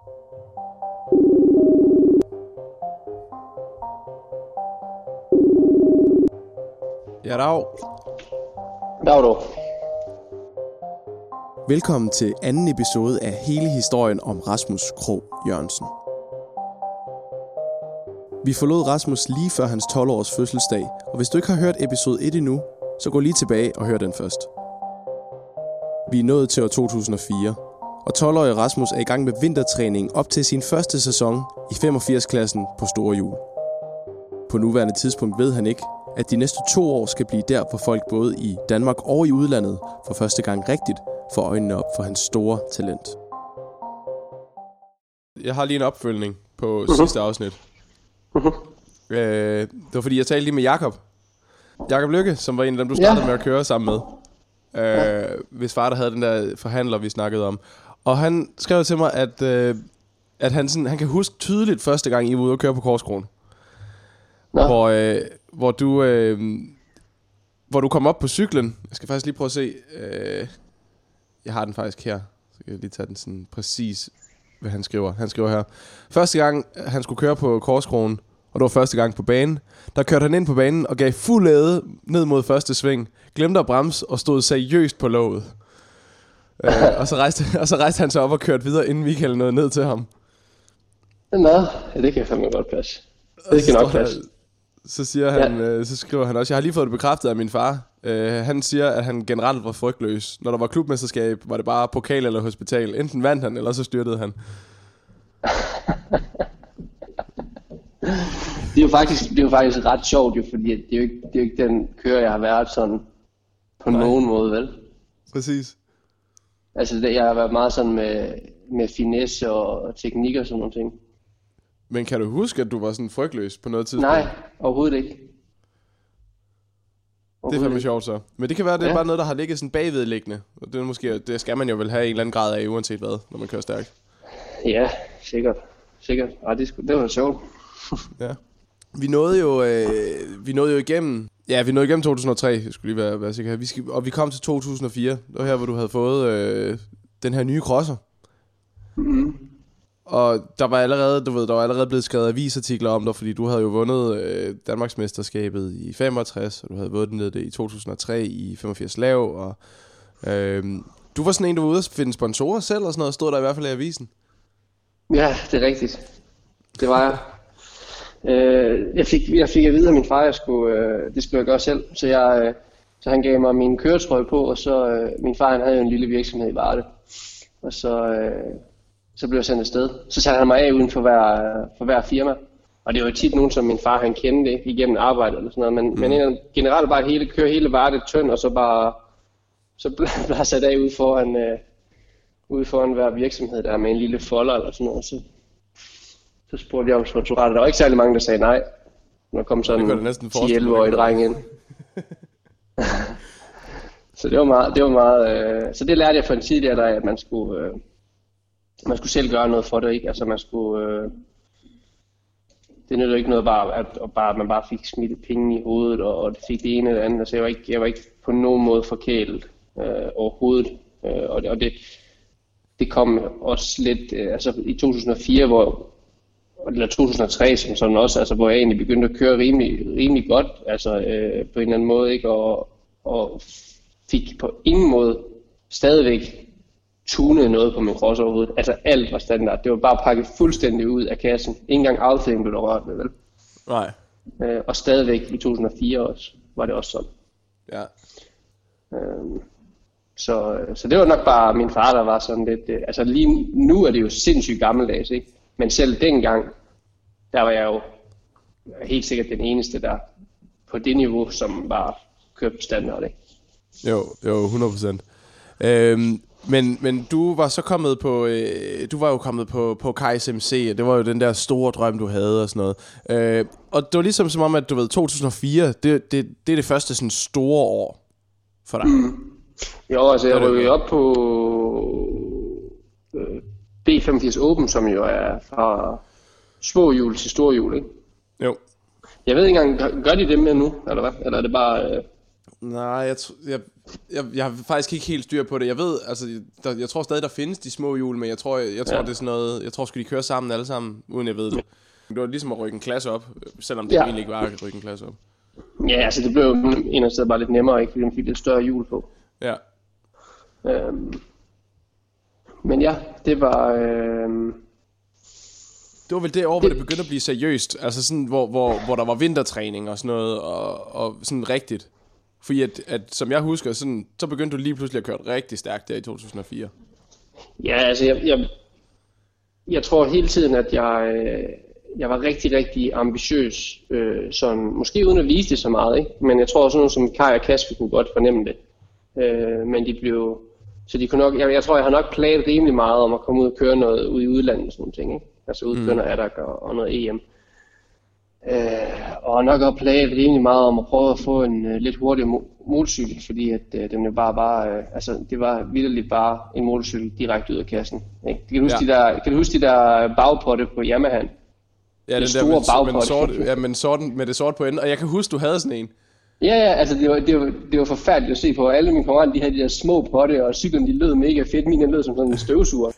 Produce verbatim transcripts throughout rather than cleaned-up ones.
Ja, dag. Dag du. Velkommen til anden episode af hele historien om Rasmus Krogh Jørgensen. Vi forlod Rasmus lige før hans tolv-års fødselsdag, og hvis du ikke har hørt episode et endnu, så gå lige tilbage og hør den først. Vi er nået til år to tusind og fire, og tolv-årige Rasmus er i gang med vintertræning op til sin første sæson i femogfirs-klassen på store hjul. På nuværende tidspunkt ved han ikke, at de næste to år skal blive der, hvor folk både i Danmark og i udlandet for første gang rigtigt får øjnene op for hans store talent. Jeg har lige en opfølgning på uh-huh. sidste afsnit. Uh-huh. Øh, det var fordi, jeg talte lige med Jakob. Jakob Lykke, som var en af dem, du startede yeah. med at køre sammen med. Øh, yeah. Hvis far, der havde den der forhandler, vi snakkede om. Og han skrev til mig, at, øh, at han, sådan, han kan huske tydeligt første gang, I var ude og køre på Korskroen. No. Hvor, øh, hvor du øh, hvor du kom op på cyklen. Jeg skal faktisk lige prøve at se. Øh, jeg har den faktisk her. Så kan jeg lige tage den sådan præcis, hvad han skriver. Han skriver her: første gang han skulle køre på Korskroen, og det var første gang på banen, der kørte han ind på banen og gav fuld æde ned mod første sving, glemte at bremse og stod seriøst på låget. øh, og, så rejste, og så rejste han sig op og kørte videre, inden Michael nåede ned til ham. Nå, ja, det kan fandme godt passe. Det kan nok passe. Så siger han, ja. øh, så skriver han også: jeg har lige fået det bekræftet af min far. øh, Han siger, at han generelt var frygtløs. Når der var klubmesterskab, var det bare pokal eller hospital. Enten vandt han, eller så styrtede han. Det er jo faktisk, det er jo faktisk ret sjovt jo, fordi det er jo ikke, det er jo ikke den kører, jeg har været sådan på Nej. nogen måde, vel? Præcis. Altså det, jeg har været meget sådan med, med finesse og, og teknik og sådan nogle ting. Men kan du huske, at du var sådan frygtløs på noget tidspunkt? Nej, overhovedet ikke. Overhovedet det er fandme sjovt så. Men det kan være, at det ja. er bare noget, der har ligget sådan bagvedliggende. Og det, er måske, det skal man jo vel have en eller anden grad af, uanset hvad, når man kører stærkt. Ja, sikkert. Sikkert. Ej, det, det var sjovt. Ja. Vi nåede jo, øh, vi nåede jo igennem, ja, vi nåede igennem to tusind og tre, jeg skulle lige være, være sikker. Vi skal, og vi kom til to tusind og fire. Det var her, hvor du havde fået øh, den her nye crosser. Mm-hmm. Og der var allerede, du ved, der var allerede blevet skrevet avisartikler om dig, fordi du havde jo vundet øh, Danmarksmesterskabet i femogtres, og du havde vundet det i to tusind og tre i femogfirs lav, og øh, du var sådan en, der var ude at finde sponsorer selv og sådan noget, stod der i hvert fald i avisen. Ja, det er rigtigt. Det var jeg. Øh, jeg, fik, jeg fik at vide af min far, at jeg skulle, øh, det skulle jeg gøre selv, så, jeg, øh, så han gav mig min køretrøje på, og så øh, min far han havde jo en lille virksomhed i Varde, og så... Øh, Så blev jeg sendt afsted. Så satte han mig af uden for hver, for hver firma. Og det var jo tit nogen, som min far han kendte ikke, igennem arbejde eller sådan noget. Men, mm. men generelt bare hele, køre hele Varde tynd, og så bare så blev jeg sat af ude foran, øh, ude foran hver virksomhed der med en lille folder eller sådan noget. Så, så spurgte jeg om sponsorater. Der var ikke særlig mange, der sagde nej. Når kom sådan en ti elleve-årig dreng ind. Så det var meget, det var meget øh, så det lærte jeg for en tid der, at man skulle... Øh, Man skulle selv gøre noget for det, ikke? Altså man skulle... Øh... Det nyttede ikke noget bare, at, at, bare, at man bare fik smidt penge i hovedet, og, og det fik det ene eller andet. Altså jeg var ikke, jeg var ikke på nogen måde forkælet øh, overhovedet. Øh, og det, og det, det kom også lidt... Øh, altså i to tusind og fire, hvor... Eller to tusind og tre, som sådan også, altså hvor jeg egentlig begyndte at køre rimelig, rimelig godt, altså øh, på en eller anden måde, ikke? Og, og fik på ingen måde stadigvæk tunede noget på min cross overhovedet. Altså alt var standard. Det var bare pakket fuldstændig ud af kassen. Ingen gang affedring blev der rørt med, vel? Nej. Øh, og stadigvæk i to tusind og fire også, var det også sådan. Ja. Øh, så, så det var nok bare min far, der var sådan lidt... Øh, altså lige nu er det jo sindssygt gammeldags, ikke? Men selv dengang, der var jeg jo helt sikkert den eneste, der på det niveau, som bare kørte på standard, ikke? Jo, jo, hundrede procent. Øhm, men, men du var så kommet på, øh, du var jo kommet på, på K S M C, og det var jo den der store drøm, du havde og sådan noget. Øh, og det var ligesom som om, at du ved, to tusind og fire, det, det, det er det første sådan store år for dig. Mm. Jo, altså jeg rykkede op på øh, B femogfirs Open, som jo er fra små hjul til store hjul, ikke? Jo. Jeg ved ikke engang, gør de det med nu, eller hvad? Eller er det bare... Øh... Nej, jeg, jeg, jeg, jeg har faktisk ikke helt styr på det. Jeg ved, altså, der, jeg tror stadig, der findes de små hjul, men jeg tror, jeg, jeg tror ja. det er sådan noget, jeg tror, skal de køre sammen alle sammen, uden jeg ved det. Det var ligesom at rykke en klasse op, selvom det ja. egentlig ikke var at rykke en klasse op. Ja, altså det blev jo en af steder bare lidt nemmere, ikke? Fordi de fik lidt større hjul på. Ja. Øhm, men ja, det var... Øhm, det var vel det år, det, hvor det begyndte at blive seriøst. Altså sådan, hvor, hvor, hvor der var vintertræning og sådan noget, og, og sådan rigtigt. Fordi at, at som jeg husker, sådan, så begyndte du lige pludselig at køre rigtig stærkt der i to tusind og fire. Ja, altså jeg, jeg, jeg tror hele tiden, at jeg, jeg var rigtig, rigtig ambitiøs. Øh, sådan, måske uden at vise det så meget, ikke? Men jeg tror også nogen som Kai og Kasper kunne godt fornemme det. Øh, men de blev... Så de kunne nok, jeg, jeg tror, jeg har nok plaget rimelig meget om at komme ud og køre noget ud i udlandet og sådan nogle ting, ikke? Altså udkøre noget A D A C og, og noget E M. Øh, og nok også plaget rimelig meget om at prøve at få en uh, lidt hurtigere mo- motorcykel, fordi at uh, den jo bare bare, uh, altså det var vitterligt bare en motorcykel direkte ud af kassen. Ikke? Kan du huske ja. de der, kan du huske de der bagpotte på Yamahaen? Ja, den der med, med, sort, ja, men sorten, med det sort på enden, og jeg kan huske, du havde sådan en. Ja, ja, altså det var, det var, det var forfærdeligt at se på. Alle mine kammerater, de havde de der små potte, og cyklerne, de lød mega fedt. Mine lød som sådan en støvsuger.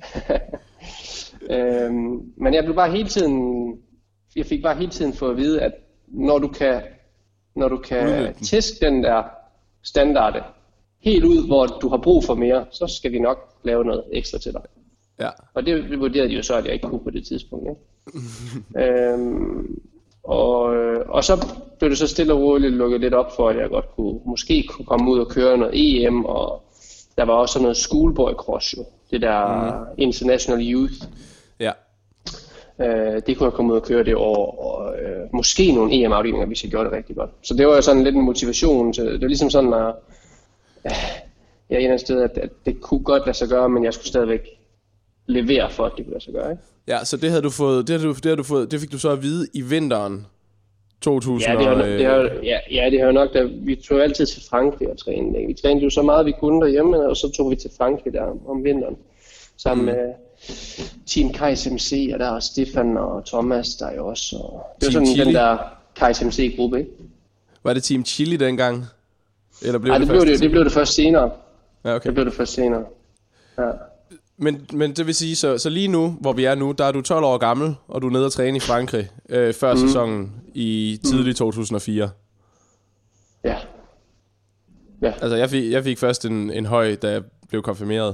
øhm, men jeg blev bare hele tiden, jeg fik bare hele tiden for at vide, at når du kan, når du kan tæske den der standarde helt ud, hvor du har brug for mere, så skal vi nok lave noget ekstra til dig. Ja. Og det vurderede de jo så, at jeg ikke kunne på det tidspunkt. Ikke? øhm, Og, og så blev det så stille og roligt lukket lidt op for, at jeg godt kunne, måske kunne komme ud og køre noget E M, og der var også noget schoolboy cross jo, det der mm. International Youth. Ja. Øh, det kunne jeg komme ud og køre det år, og øh, måske nogle E M-afdelinger, hvis jeg gjorde det rigtig godt. Så det var jo sådan lidt en motivation til, det var ligesom sådan, at øh, jeg er en af sted, at, at det kunne godt lade sig gøre, men jeg skulle stadigvæk levere for, at det kunne lade sig gøre, ikke? Ja, så det havde du fået, det havde du, det havde du fået, det fik du så at vide i vinteren to tusind. Ja, det har, det har, ja, ja, det har nok, da vi tog altid til Frankrig og trænede. Vi trænede jo så meget vi kunne derhjemme, og så tog vi til Frankrig der om, om vinteren sammen mm. med Team Kajs M C, og der er Stefan og Thomas der er jo også. Og det var sådan Chili. Den der Kajs M C gruppe, ikke? Var det Team Chili dengang? Eller blev Nej, det, det, blev det, det blev det først senere. Ja, okay. Det blev det først senere. Ja. Men, men det vil sige, så, så lige nu, hvor vi er nu, der er du tolv år gammel, og du er nede og træne i Frankrig øh, før mm. sæsonen i tidlig to tusind og fire. Ja. Ja. Altså, jeg fik, jeg fik først en, en høj, da jeg blev konfirmeret.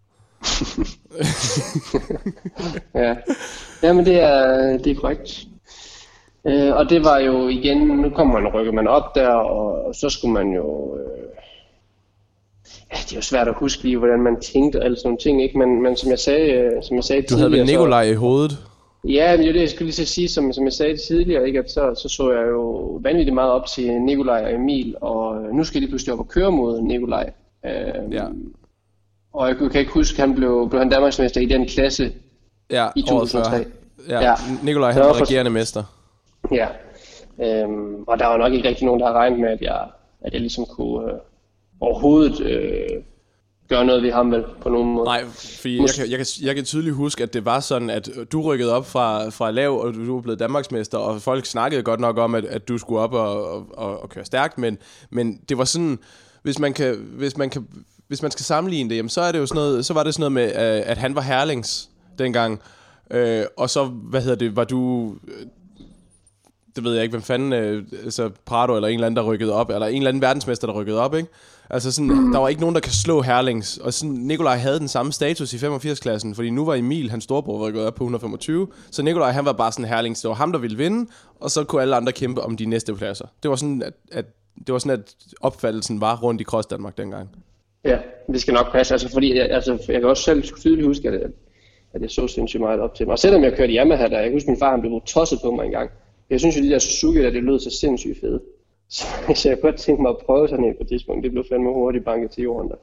ja. Jamen, det er, det er korrekt. Øh, og det var jo igen, nu kommer man, rykker man op der, og så skulle man jo... Øh, Ja, det er jo svært at huske lige, hvordan man tænkte og alle sådan nogle ting, ikke? Men, men som jeg sagde, som jeg sagde du tidligere... Du havde vel Nikolaj i hovedet? Ja, men det er det, jeg skulle lige så sige, som, som jeg sagde tidligere, ikke? At så, så så jeg jo vanvittigt meget op til Nikolaj og Emil, og nu skal jeg lige pludselig op og køre mod Nikolaj. Øhm, ja. Og jeg kan ikke huske, han blev, blev han danmarksmester i den klasse ja, i to tusind og tre. Ja, ja. Nikolaj han var for... regerende mester. Ja, øhm, og der var nok ikke rigtig nogen, der havde regnet med, at jeg, at jeg ligesom kunne... Øh, overhovedet øh, gøre noget ved ham vel på nogen måde. Nej, fordi jeg kan, jeg, kan, jeg kan tydeligt huske, at det var sådan, at du rykkede op fra, fra lav, og du var blevet danmarksmester, og folk snakkede godt nok om, at, at du skulle op og, og, og køre stærkt, men, men det var sådan, hvis man kan, hvis man kan, hvis man skal sammenligne det, jamen, så er det jo sådan noget, så var det sådan noget med, at han var Herlings dengang, øh, og så, hvad hedder det, var du... Det ved jeg ikke, hvem fanden, øh, altså Prado eller en eller anden, der rykkede op, eller en eller anden verdensmester, der rykkede op, ikke? Altså sådan, mm. der var ikke nogen, der kan slå Herlings, og sådan, Nikolaj havde den samme status i femogfirs-klassen, fordi nu var Emil, hans storebror, rykket op på et hundrede og femogtyve, så Nikolaj, han var bare sådan Herlings, det var ham, der ville vinde, og så kunne alle andre kæmpe om de næste pladser. Det var sådan, at, at, det var sådan, at opfattelsen var rundt i Cross Danmark dengang. Ja, det skal nok passe, altså fordi, jeg, altså, jeg kan også selv tydeligt huske, at, at jeg så sindssygt meget op til mig, og selvom jeg kørte Yamaha der, jeg kan huske, min far, han blev tosset på mig engang. Jeg synes jo, de der Suzuki der, det lød så sindssygt fede. Så, så jeg kunne godt tænke mig at prøve sådan en på et tidspunkt. Det blev fandme hurtigt banket til jorden der.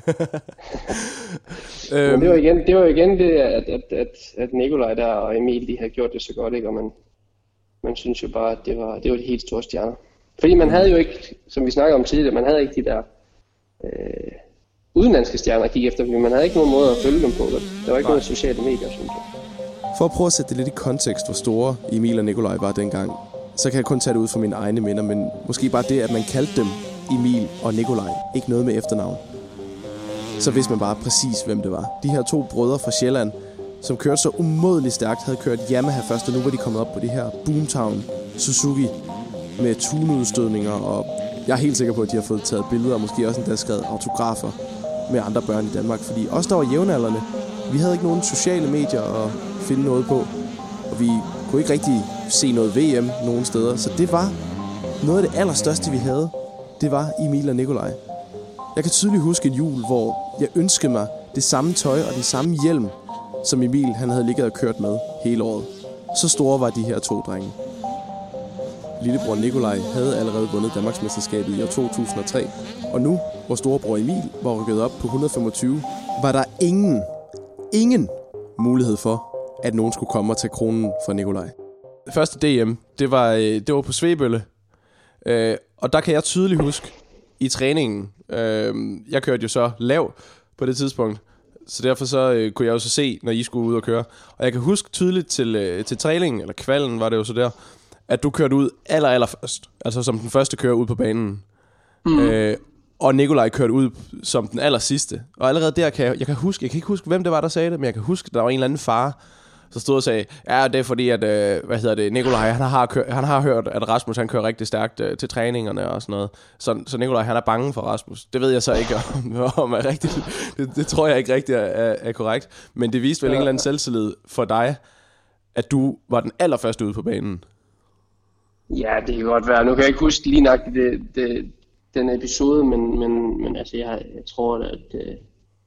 Men det var igen det, var igen det at, at, at, at Nikolaj der og Emil, de havde gjort det så godt, ikke? Og man, man synes jo bare, at det var, det var de helt store stjerner. Fordi man havde jo ikke, som vi snakkede om tidligere, man havde ikke de der øh, udenlandske stjerner at kigge efter, fordi man havde ikke nogen måde at følge dem på. Vel? Der var ikke noget sociale medier, synes jeg. For at prøve at sætte det lidt i kontekst, hvor store Emil og Nikolaj var dengang, så kan jeg kun tage det ud fra mine egne minder, men måske bare det, at man kaldte dem Emil og Nikolaj ikke noget med efternavn, så vidste man bare præcis, hvem det var. De her to brødre fra Sjælland, som kørte så umådeligt stærkt, havde kørt Yamaha først, og nu var de kommet op på det her Boomtown Suzuki med tuneudstødninger, og jeg er helt sikker på, at de har fået taget billeder, og måske også endda skrevet autografer med andre børn i Danmark. Fordi os, der var jævnaldrende, vi havde ikke nogen sociale medier at finde noget på, og vi kunne ikke rigtig se noget V M nogen steder, så det var noget af det allerstørste, vi havde. Det var Emil og Nikolaj. Jeg kan tydeligt huske en jul, hvor jeg ønskede mig det samme tøj og den samme hjelm, som Emil han havde ligget og kørt med hele året. Så store var de her to drenge. Lillebror Nikolaj havde allerede vundet Danmarksmesterskabet i år to tusind og tre, og nu, hvor storebror Emil var rykket op på et hundrede og femogtyve, var der ingen, ingen mulighed for, at nogen skulle komme og tage kronen fra Nikolaj. Første D M, det var, det var på Svebølle, øh, og der kan jeg tydeligt huske i træningen, øh, jeg kørte jo så lav på det tidspunkt, så derfor så øh, kunne jeg jo så se, når I skulle ud og køre. Og jeg kan huske tydeligt til, øh, til træningen, eller kvalden var det jo så der, at du kørte ud aller, aller først. Altså som den første kører ud på banen. Mm. Øh, og Nikolaj kørte ud som den aller sidste. Og allerede der kan jeg, jeg kan huske, jeg kan ikke huske, hvem det var, der sagde det, men jeg kan huske, at der var en eller anden far, så stod og sagde, ja, det er fordi, at, øh, hvad hedder det, Nikolaj, han har, kør, han har hørt, at Rasmus, han kører rigtig stærkt øh, til træningerne og sådan noget. Så, så Nikolaj, han er bange for Rasmus. Det ved jeg så ikke, om, om er rigtigt. Det, det tror jeg ikke rigtigt er, er, er korrekt. Men det viste vel ja. en eller anden selvtillid for dig, at du var den allerførste ude på banen. Ja, det kan godt være. Nu kan jeg ikke huske lige nok det, det, den episode, men, men, men altså, jeg, jeg tror, at øh,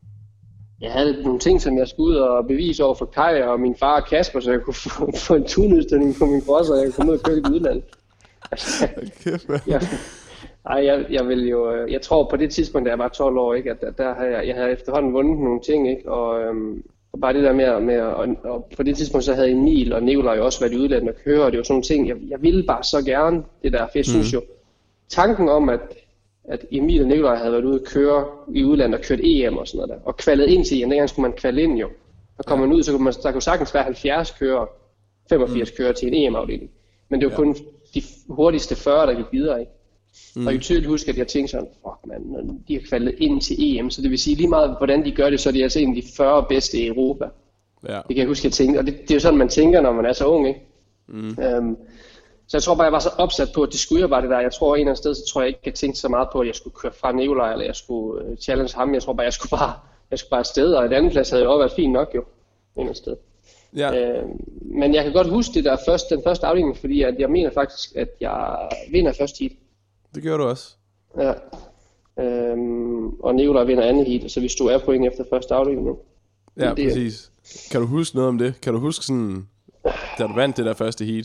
jeg havde nogle ting, som jeg skulle ud og bevise over for Kai og min far Kasper, så jeg kunne få, få en tunudstødning på min bror, så jeg kunne komme ud og køre i udlandet. Altså, jeg, ej, jeg, jeg vil jo, jeg tror på det tidspunkt, da jeg var tolv år, ikke, at der, der havde jeg, jeg havde efterhånden vundet nogle ting, ikke, og, øhm, og bare det der med, med og, og på det tidspunkt så havde Emil og Nikolaj også været i udlandet og køre, og det var sådan nogle ting, jeg, jeg ville bare så gerne det der, for jeg synes jo, tanken om, at at Emil og Nikolaj havde været ude at køre i udlandet og kørt E M og sådan noget der, og kvalet ind til E M, dengang skulle man kvalde ind jo. Og kom man ud, så kunne man, der kunne sagtens være halvfjerds kører, femogfirs mm. kører til en E M-afdeling. Men det var ja. kun de hurtigste fyrre, der gik videre, ikke? Mm. Og jeg tydeligt husker, at jeg tænkte sådan, fuck man, de har kvalet ind til E M, så det vil sige lige meget, hvordan de gør det, så er de altså en af de fyrre bedste i Europa. Ja. Det kan jeg huske, at jeg tænkte, og det, det er jo sådan, man tænker, når man er så ung, ikke? Mm. Um, Så jeg tror bare, jeg var så opsat på, at det skulle jeg bare det der. Jeg tror en eller anden sted, så tror jeg ikke, jeg tænkte så meget på, at jeg skulle køre fra Nikolaj, eller jeg skulle uh, challenge ham. Jeg tror bare, jeg skulle bare, jeg skulle bare afsted, og et andet plads havde jo også været fint nok jo, et eller andet sted. Ja. Uh, men jeg kan godt huske det der første, den første afdeling, fordi at jeg mener faktisk, at jeg vinder første heat. Det gjorde du også. Ja. Uh, og Nikolaj vinder anden heat, så vi stod af point efter første afdeling nu. Ja, det, præcis. Kan du huske noget om det? Kan du huske sådan, da du vandt det der første heat?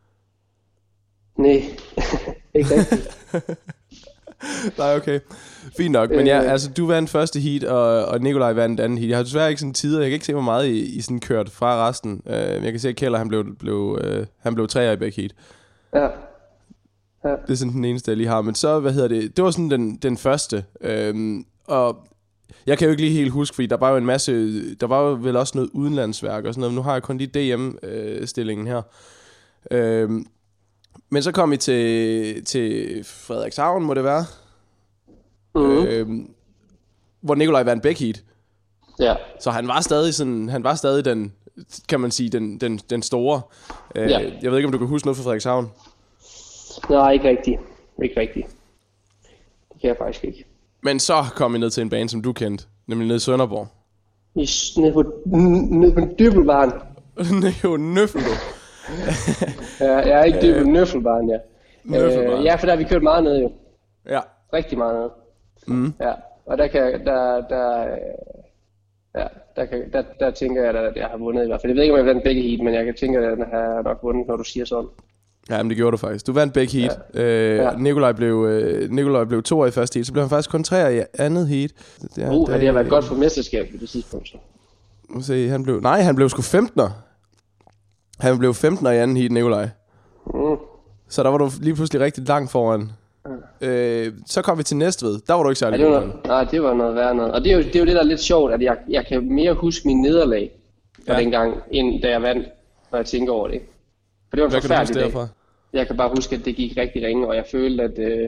Nej, ikke rigtigt. Nej, okay. Fint nok. Men ja, altså du vandt første heat, og, og Nikolaj vandt anden heat. Jeg har desværre ikke sådan tider. Jeg kan ikke se, hvor meget I, I sådan kørt fra resten. Uh, jeg kan se, at Keller, han blev, blev, uh, han blev treer i begge heat. Ja. Ja. Det er sådan den eneste, jeg lige har. Men så, hvad hedder det? Det var sådan den, den første. Um, og jeg kan jo ikke lige helt huske, fordi der var jo en masse... Der var jo vel også noget udenlandsværk og sådan noget. Nu har jeg kun lige D M-stillingen her. Um, Men så kom vi til, til Frederikshavn, må det være, mm-hmm. øhm, hvor Nikolaj vandt begge heat. Ja. Så han var stadig sådan, han var stadig den, kan man sige, den, den, den store. Øh, ja. Jeg ved ikke, om du kan huske noget fra Frederikshavn? Nej, ikke rigtigt. Ikke rigtigt. Det kan jeg faktisk ikke. Men så kom vi ned til en bane, som du kendte, nemlig nede i Sønderborg. I, nede på, nede på Dybbelbaren. Nede på Nøffelbo. Ja, jeg er ikke dybt på Nøffelbaren, ja. Øh, ja, for der har vi kørt meget ned jo. Ja. Rigtig meget ned. Mm. Ja, og der kan, der, der, ja, der, kan, der, der tænker jeg, at jeg har vundet i hvert fald. Jeg ved ikke, om jeg vandt begge heat, men jeg kan tænke, at jeg har nok vundet, når du siger sådan. Ja, men det gjorde du faktisk. Du vandt begge heat. Ja. Øh, ja. Nikolaj blev, øh, Nikolaj blev toer i første heat, så blev han faktisk kun treer i andet heat. Det, uh, det har været godt for mesterskab på det tidspunkt, så. Nu se, han blev, nej, han blev sgu femtener. Han blev femtener i anden heat, Nikolaj. Mm. Så der var du lige pludselig rigtig langt foran. Mm. Øh, så kom vi til Næstved. Der var du ikke særlig ja, det var noget, nej, det var noget værre noget. Og det er, jo, det er jo det, der er lidt sjovt, at jeg, jeg kan mere huske min nederlag fra ja. dengang, end da jeg vandt, når jeg tænker over det. For det var en forfærdelig dag. Jeg kan bare huske, at det gik rigtig ringe, og jeg følte, at, øh,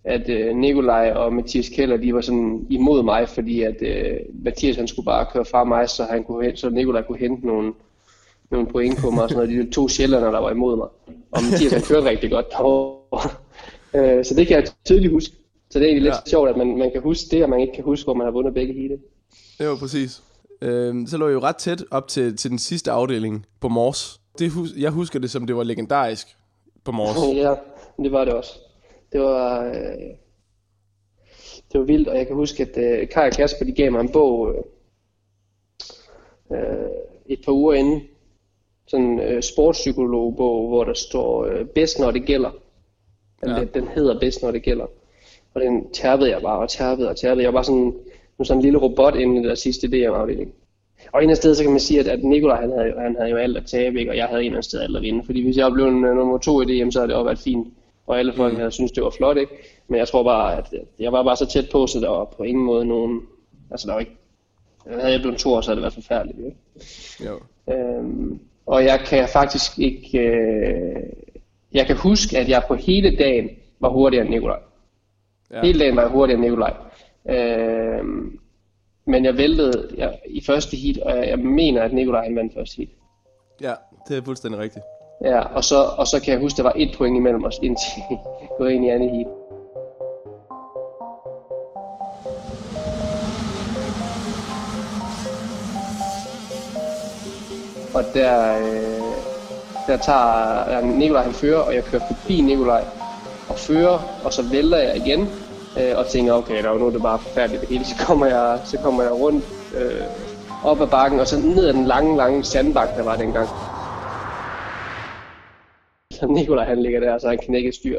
at øh, Nikolaj og Mathias Keller, de var sådan imod mig, fordi at øh, Mathias han skulle bare køre fra mig, så han kunne så Nikolaj kunne hente nogle, nogle point på mig og sådan noget. De to sjællandere, der var imod mig. Og Mathias han kørte rigtig godt derovre. øh, så det kan jeg tydeligt huske. Så det er egentlig ja. lidt sjovt, at man, man kan huske det, og man ikke kan huske, hvor man har vundet begge heatet. Det var præcis. Øh, så lå jeg jo ret tæt op til, til den sidste afdeling på Mors. Det, jeg husker det som, det var legendarisk på Mors. Ja, det var det også. Det var, øh, det var vildt, og jeg kan huske, at øh, Kai og Kasper, de gav mig en bog øh, et par uger inden. Sådan en øh, sportspsykologbog, hvor der står øh, bedst, når det gælder. Ja. Den, den hedder bedst, når det gælder. Og den tærpede jeg bare, og tærpede og tærpede. Jeg var sådan, sådan en lille robot inden i den sidste D M-afdeling. Og en af stedet, så kan man sige, at, at Nikolaj, han havde, han havde jo alt at tabe, ikke? Og jeg havde en af sted alt at vinde. Fordi hvis jeg blev nummer to i D M, så havde det også været fint. Og alle folk havde syntes, det var flot, ikke? Men jeg tror bare, at jeg var bare så tæt på, så der var på ingen måde nogen... Altså, der var ikke... Havde jeg blevet to år, så havde det været forfærdeligt, ikke? Jo. Øhm, og jeg kan faktisk ikke... Øh... Jeg kan huske, at jeg på hele dagen var hurtigere end Nikolaj. Ja. Hele dagen var jeg hurtigere end Nikolaj. Øhm... Men jeg væltede jeg, i første heat, og jeg, jeg mener, at Nikolaj vandt første heat. Ja, det er fuldstændig rigtigt. Ja, og så, og så kan jeg huske, at der var et point imellem os, indtil vi går ind i andet heat. Og der, øh, der tager Nikolaj, han fører, og jeg kører forbi Nikolaj og fører, og så vælter jeg igen. Øh, og tænker, okay, der er nu er det bare forfærdeligt det hele. Så kommer jeg, så kommer jeg rundt øh, op ad bakken, og så ned ad den lange, lange sandbakke, der var dengang. Så Nikolaj han ligger der, så han knækket styrt.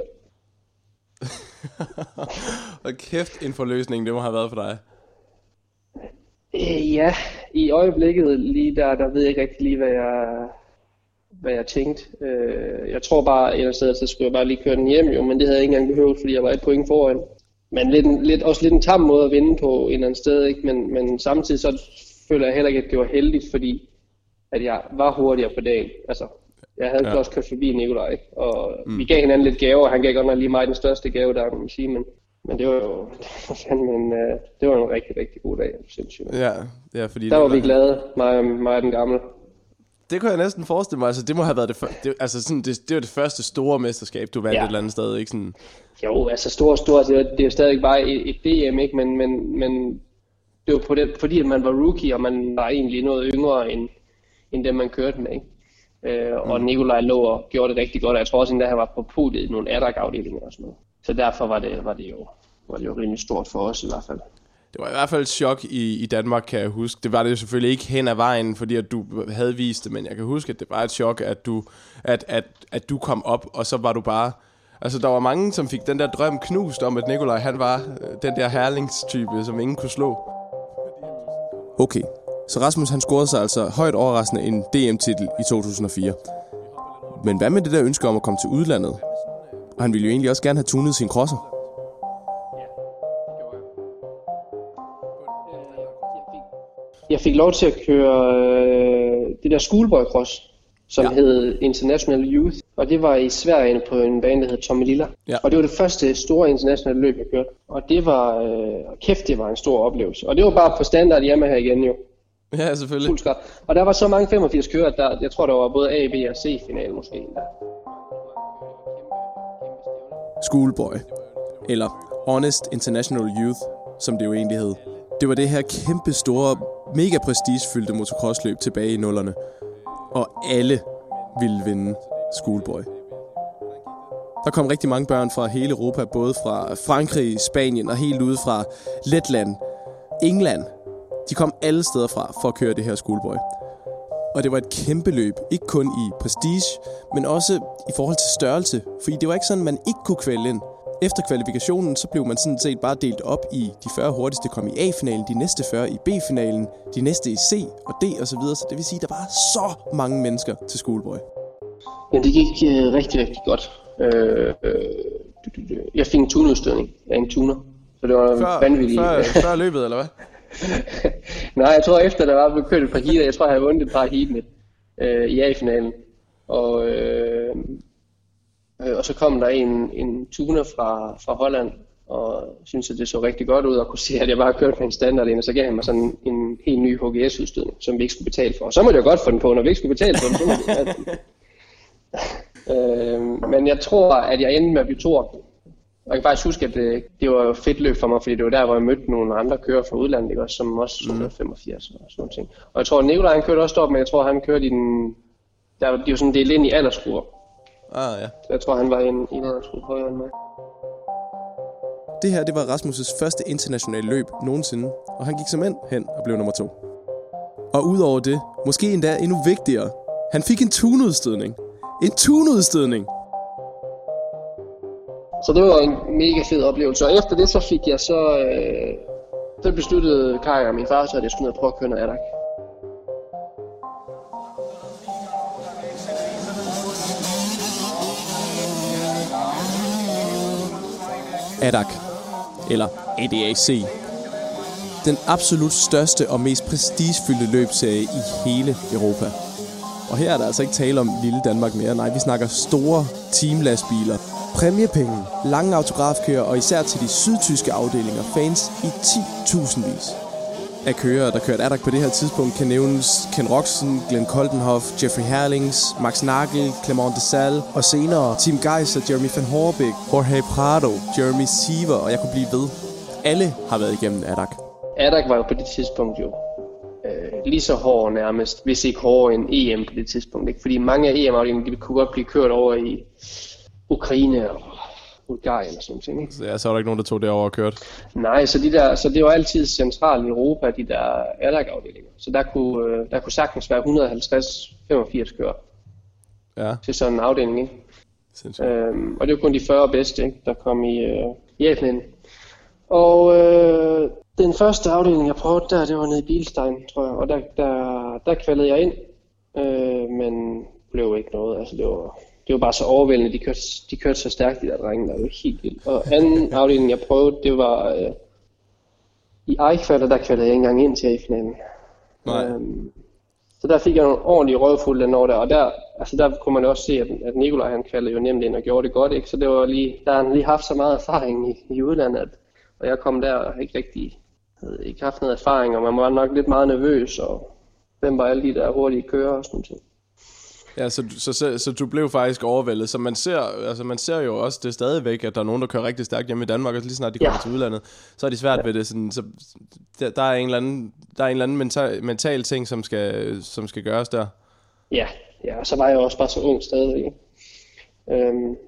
Og kæft en forløsning, det må have været for dig. Øh, ja, i øjeblikket lige der, der ved jeg ikke rigtig lige, hvad jeg, hvad jeg tænkte. Øh, jeg tror bare, et eller andet sted, så skulle jeg bare lige køre den hjem, jo, men det havde jeg ikke engang behøvet, fordi jeg var et point foran. Men lidt, lidt, også lidt en tam måde at vinde på en eller anden sted, ikke? Men, men samtidig så føler jeg heller ikke, at det var heldigt, fordi at jeg var hurtigere på dagen. Altså, jeg havde ja. også kørt forbi Nikolaj, ikke? Og mm. vi gav hinanden lidt gaver, og han gav godt nok lige mig den største gave, der kan man sige, men, men det var jo men, uh, det var en rigtig, rigtig god dag, sindssygt. Ja, ja, fordi der var vi glade, mig, mig og den gamle. Det kunne jeg næsten forestille mig, altså det må have været det, det altså sådan det, det var det første store mesterskab, du vandt ja. et eller andet sted, ikke sådan? Jo, altså store, store, det er, det er jo stadig bare et, et D M, ikke, men, men, men det var på det, fordi at man var rookie, og man var egentlig noget yngre end, end dem man kørte med, ikke? Øh, mm. Og Nikolaj lå og gjorde det rigtig godt, og jeg tror også endda, han var på podiet i nogle A D A C-afdelinger og sådan noget. Så derfor var det, var det jo, var det jo rimelig stort for os i hvert fald. Det var i hvert fald et chok i, i Danmark, kan jeg huske. Det var det jo selvfølgelig ikke hen ad vejen, fordi at du havde vist det, men jeg kan huske, at det var et chok, at du, at, at, at du kom op, og så var du bare... Altså, der var mange, som fik den der drøm knust om, at Nikolaj, han var den der herlingstype, som ingen kunne slå. Okay, så Rasmus, han scorede sig altså højt overraskende en D M-titel i to tusind og fire. Men hvad med det der ønske om at komme til udlandet? Og han ville jo egentlig også gerne have tunet sin crosser. Jeg fik lov til at køre øh, det der schoolboy cross, som ja. hed International Youth. Og det var i Sverige på en bane, der hed Tomelilla. Ja. Og det var det første store internationale løb, jeg kørte. Og det var, øh, kæft, det var en stor oplevelse. Og det var bare på standard hjemme her igen jo. Ja, selvfølgelig. Fuldskab. Og der var så mange femogfirs kører, at der, jeg tror, der var både A, B og C-finale måske. Der. Schoolboy, eller Honest International Youth, som det jo egentlig hed. Det var det her kæmpe store, mega prestigefyldte motocrossløb tilbage i nullerne. Og alle ville vinde Schoolboy. Der kom rigtig mange børn fra hele Europa, både fra Frankrig, Spanien og helt ude fra Letland, England. De kom alle steder fra for at køre det her Schoolboy. Og det var et kæmpe løb, ikke kun i prestige, men også i forhold til størrelse. Fordi det var ikke sådan, man ikke kunne kvæle ind. Efter kvalifikationen, så blev man sådan set bare delt op i de fyrre hurtigste kom i A-finalen, de næste fyrre i B-finalen, de næste i C og D og så videre. Så det vil sige, at der var så mange mennesker til Schoolboy. Ja, det gik øh, rigtig, rigtig godt. Øh, øh, jeg fik en tuneudstødning af en tuner, så det var før, vanvittigt. Før, før løbet, eller hvad? Nej, jeg tror efter der var blevet kørt et par heat, jeg tror jeg havde vundet et par heat med øh, i A-finalen. Og, øh, øh, og så kom der en, en tuner fra, fra Holland, og synes at det så rigtig godt ud, og kunne se, at jeg bare kørte med en standard ind, og så gav han mig sådan en, en helt ny H G S-udstødning, som vi ikke skulle betale for. Og så måtte jeg godt få den på, når vi ikke skulle betale for den, så måtte jeg øh, Men jeg tror, at jeg endte med at blive toer. Og jeg kan faktisk huske, at det, det var et fedt løb for mig, fordi det var der, hvor jeg mødte nogle andre kører fra udlandet, ikke? Også, som også mm. femogfirs og sådan noget. Og jeg tror, at Nikolaj han kørte også stop, men jeg tror, han kørte i den... Der, de var sådan delt ind i aldersgrupper. Ah, ja. Jeg tror, han var i en, i en aldersgruppe højere end mig. Det her, det var Rasmus' første internationale løb nogensinde, og han gik som mand hen og blev nummer to. Og udover det, måske endda endnu vigtigere, han fik en tunudstødning. En tunudstødning! Så det var en mega fed oplevelse, og efter det så fik jeg så... Øh, så besluttede Kai og min far så, at jeg skulle ned og prøve at køre noget A D A C. A D A C, eller A D A C. Den absolut største og mest prestigefyldte løbserie i hele Europa. Og her er der altså ikke tale om lille Danmark mere. Nej, vi snakker store teamlastbiler, præmiepenge, lange autografkører og især til de sydtyske afdelinger fans i ti tusindvis. Af kører, der kørte A D A C på det her tidspunkt, kan nævnes Ken Roczen, Glenn Coldenhoff, Jeffrey Herlings, Max Nagel, Clement Desal og senere Tim Geiser, Jeremy van Horbæk, Jorge Prado, Jeremy Seaver, og jeg kunne blive ved. Alle har været igennem A D A C. A D A C var jo på det tidspunkt jo øh, lige så hård nærmest, hvis ikke hårdere end E M på det tidspunkt. Ikke? Fordi mange af E M-afdelingerne, de kunne godt blive kørt over i Ukraine og Bulgarien og sådan ting. Ikke? Så, ja, så var der ikke nogen, der tog det over og kørte? Nej, så, de der, så det var altid centralt i Europa, de der A D A C-afdelinger. Så der kunne, øh, der kunne sagtens være et hundrede og halvtreds til femogfirs kører ja. til sådan en afdeling. Ikke? Øhm, og det var kun de fyrre bedste, ikke? Der kom i, øh, i Japan. Og øh, den første afdeling, jeg prøvede der, det var nede i Bilstein, tror jeg. Og der, der, der kvalede jeg ind, øh, men blev ikke noget. Altså, det var... Det var bare så overvældende, de kørte, de kørte så stærkt, de der drenge, der var helt vildt. Og anden afdeling, jeg prøvede, det var øh, i Eichfeldt, der kvalede jeg ikke engang ind til i finalen. Øhm, så der fik jeg nogle ordentlige røvfulde den år der, og der, altså der kunne man også se, at, at Nikolaj han kvalede jo nemt ind og gjorde det godt, ikke? Så det var lige, der har han lige haft så meget erfaring i, i udlandet, at, og jeg kom der og ikke rigtig, havde ikke haft noget erfaring, og man var nok lidt meget nervøs, og hvem var alle de der hurtige kører og sådan noget. Ja, så, så, så, så du blev faktisk overvældet. Så man ser, altså man ser jo også det stadigvæk, at der er nogen, der kører rigtig stærkt hjemme i Danmark, og lige snart de kommer ja. til udlandet, så er de svært ja. ved det. Sådan, så der, der er en eller anden, der er en eller anden mental, mental ting, som skal, som skal gøres der. Ja, ja, og så var jeg også bare så ung stadig. Øhm,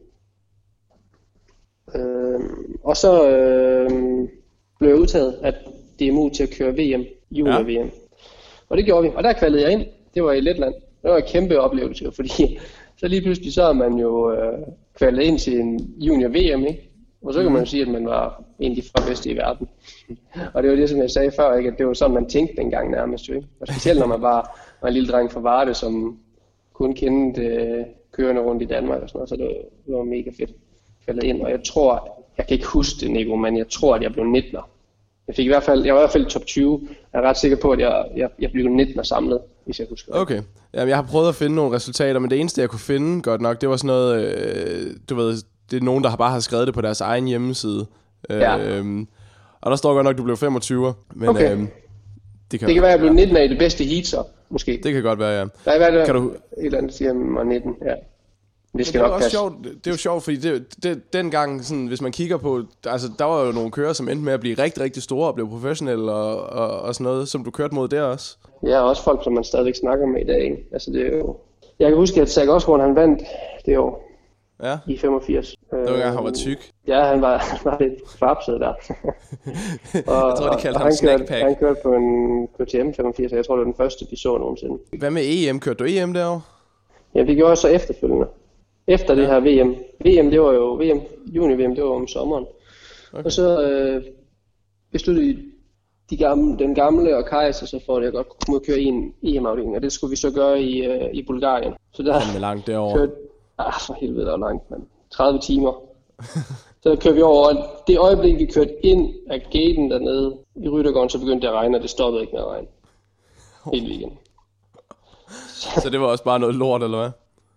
øhm, og så øhm, blev jeg udtaget af D M U til at køre V M, junior-V M. Ja. Og det gjorde vi, og der kvalede jeg ind. Det var i Letland. Det var en kæmpe oplevelse, fordi så lige pludselig så er man jo øh, kvalet ind til en junior V M, ikke? Og så kan man jo sige, at man var en af de fra bedste i verden. Og det var det, som jeg sagde før, ikke? At det var sådan, man tænkte dengang nærmest jo, ikke? Og specielt når man bare var en lille dreng fra Varde, som kun kendte øh, kørende rundt i Danmark og sådan noget, så det var, det var mega fedt kvalet ind. Og jeg tror, jeg kan ikke huske det, Nico, men jeg tror, at jeg blev nittener. Jeg fik i hvert fald, jeg var i hvert fald top tyve. Jeg er ret sikker på, at jeg, jeg, jeg blev nittener samlet, hvis jeg husker. Okay. Jamen, jeg har prøvet at finde nogle resultater, men det eneste, jeg kunne finde godt nok, det var sådan noget, øh, du ved, det er nogen, der har bare har skrevet det på deres egen hjemmeside. Ja. Øhm, og der står godt nok, at du blev femogtyve. Men, okay. øhm, det kan, det kan være, at jeg blev nittener i det bedste heat, så måske. Det kan godt være, ja. Der er været kan du... et eller andet, siger mig nitten, ja. Det, skal det, er nok også sjovt, det er jo sjovt, fordi det, det, dengang, sådan, hvis man kigger på, altså der var jo nogle kører, som endte med at blive rigtig, rigtig store og blev professionelle og, og, og sådan noget, som du kørte mod der også. Ja, også folk, som man stadigvæk snakker med i dag, ikke? Altså det er jo... Jeg kan huske, at Zach Osborne, han vandt det år ja. i femogfirs. Det var gang, han var tyk. Ja, han var, han var lidt farpset der. og, jeg tror, de kaldte ham han snackpack. Kørte, han kørte på en K T M femogfirs, og jeg tror, det var den første, de så nogensinde. Hvad med E M? Kørte du E M derovre? Ja, det gjorde jeg så efterfølgende. Efter ja. det her V M. V M, det var jo V M, juni-V M, det var om sommeren. Okay. Og så øh, besluttede de gamle, den gamle og Kaiser så for, at jeg godt kunne komme og køre i en E M-afdeling, og det skulle vi så gøre i, øh, i Bulgarien. Så der er langt derovre. Kørte, ah, for helvede, der var langt, mand. tredive timer. Så kørte vi over, og det øjeblik, vi kørte ind af gaten dernede i Ryttergården, så begyndte det at regne, og det stoppede ikke med at regne. Hele weekenden. Så det var også bare noget lort, eller hvad?